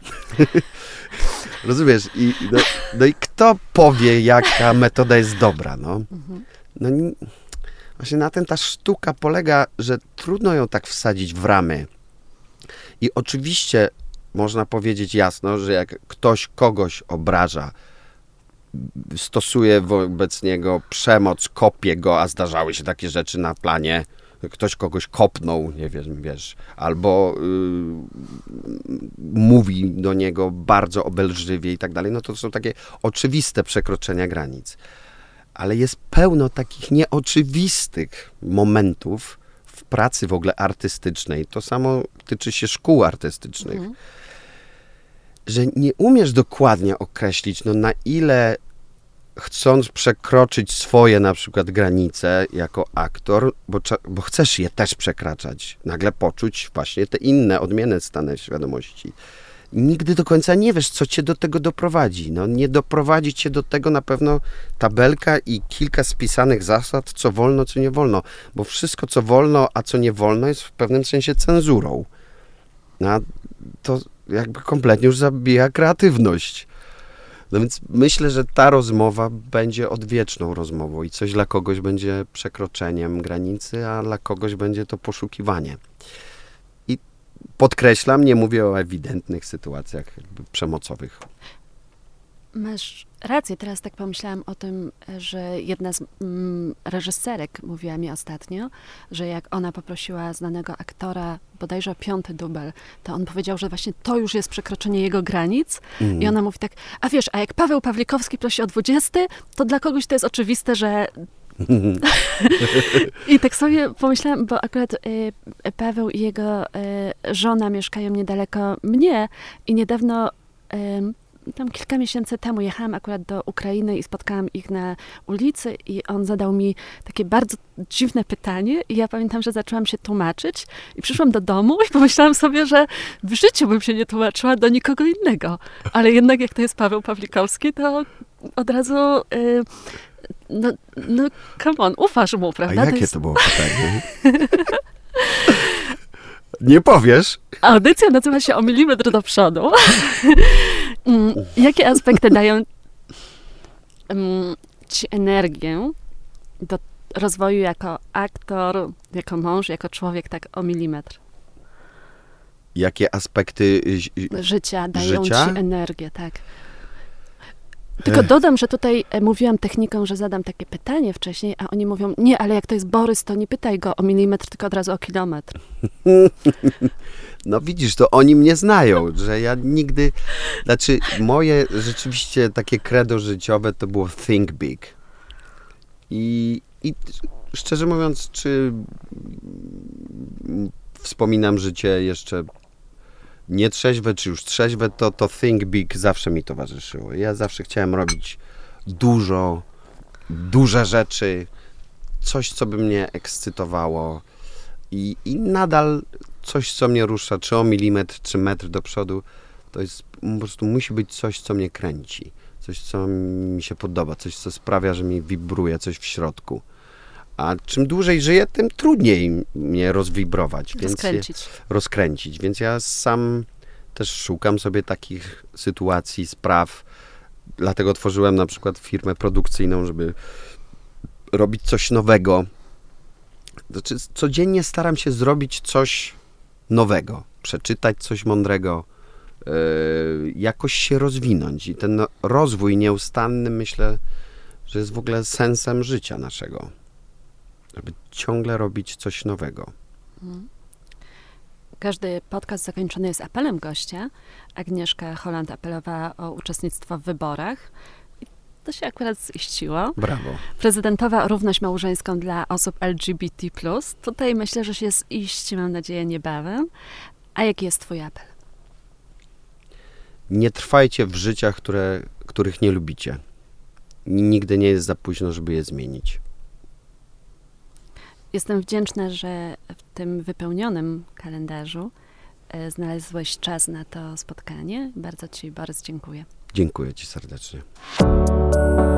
Rozumiesz? I, no, no i kto powie, jaka metoda jest dobra, no? No właśnie na tym ta sztuka polega, że trudno ją tak wsadzić w ramy. I oczywiście można powiedzieć jasno, że jak ktoś kogoś obraża, stosuje wobec niego przemoc, kopie go, a zdarzały się takie rzeczy na planie, ktoś kogoś kopnął, nie wiem, wiesz, albo yy, mówi do niego bardzo obelżywie i tak dalej, no to są takie oczywiste przekroczenia granic. Ale jest pełno takich nieoczywistych momentów w pracy w ogóle artystycznej. To samo tyczy się szkół artystycznych. Mhm. Że nie umiesz dokładnie określić, no na ile chcąc przekroczyć swoje na przykład granice jako aktor, bo, bo chcesz je też przekraczać, nagle poczuć właśnie te inne, odmienne stany świadomości. Nigdy do końca nie wiesz, co cię do tego doprowadzi. No, nie doprowadzi cię do tego na pewno tabelka i kilka spisanych zasad, co wolno, co nie wolno. Bo wszystko, co wolno, a co nie wolno, jest w pewnym sensie cenzurą. No, to jakby kompletnie już zabija kreatywność. No więc myślę, że ta rozmowa będzie odwieczną rozmową i coś dla kogoś będzie przekroczeniem granicy, a dla kogoś będzie to poszukiwanie. I podkreślam, nie mówię o ewidentnych sytuacjach jakby przemocowych. Masz rację, teraz tak pomyślałam o tym, że jedna z mm, reżyserek mówiła mi ostatnio, że jak ona poprosiła znanego aktora bodajże o piąty dubel, to on powiedział, że właśnie to już jest przekroczenie jego granic mm. i ona mówi tak, a wiesz, a jak Paweł Pawlikowski prosi o dwudziesty, to dla kogoś to jest oczywiste, że... I tak sobie pomyślałam, bo akurat y, Paweł i jego y, żona mieszkają niedaleko mnie i niedawno... Y, Tam kilka miesięcy temu jechałam akurat do Ukrainy i spotkałam ich na ulicy i on zadał mi takie bardzo dziwne pytanie i ja pamiętam, że zaczęłam się tłumaczyć i przyszłam do domu i pomyślałam sobie, że w życiu bym się nie tłumaczyła do nikogo innego. Ale jednak jak to jest Paweł Pawlikowski, to od razu... Yy, no, no come on, ufasz mu, prawda? A jakie to, jest... to było pytanie? Nie powiesz? Audycja nazywa się O milimetr do przodu. Jakie aspekty dają um, ci energię do rozwoju jako aktor, jako mąż, jako człowiek, tak o milimetr? Jakie aspekty życia dają życia? ci energię, tak. Tylko dodam, że tutaj mówiłam techniką, że zadam takie pytanie wcześniej, a oni mówią, nie, ale jak to jest Borys, to nie pytaj go o milimetr, tylko od razu o kilometr. No widzisz, to oni mnie znają, że ja nigdy... Znaczy, moje rzeczywiście takie credo życiowe to było think big. I, i szczerze mówiąc, czy wspominam życie jeszcze nietrzeźwe, czy już trzeźwe, to, to think big zawsze mi towarzyszyło. Ja zawsze chciałem robić dużo, duże rzeczy, coś, co by mnie ekscytowało i, i nadal coś, co mnie rusza, czy o milimetr, czy metr do przodu, to jest po prostu musi być coś, co mnie kręci, coś, co mi się podoba, coś, co sprawia, że mi wibruje coś w środku. A czym dłużej żyję, tym trudniej mnie rozwibrować. Rozkręcić. Więc je, rozkręcić. Więc ja sam też szukam sobie takich sytuacji, spraw. Dlatego tworzyłem na przykład firmę produkcyjną, żeby robić coś nowego. Znaczy, codziennie staram się zrobić coś nowego. Przeczytać coś mądrego. Yy, jakoś się rozwinąć. I ten rozwój nieustanny, myślę, że jest w ogóle sensem życia naszego. Żeby ciągle robić coś nowego. Każdy podcast zakończony jest apelem gościa. Agnieszka Holland apelowała o uczestnictwo w wyborach. I to się akurat ziściło. Brawo. Prezydentowa o równość małżeńską dla osób L G B T plus. Tutaj myślę, że się ziści, mam nadzieję, niebawem. A jaki jest twój apel? Nie trwajcie w życiach, które, których nie lubicie. Nigdy nie jest za późno, żeby je zmienić. Jestem wdzięczna, że w tym wypełnionym kalendarzu e, znalazłeś czas na to spotkanie. Bardzo ci, Borys, dziękuję. Dziękuję ci serdecznie.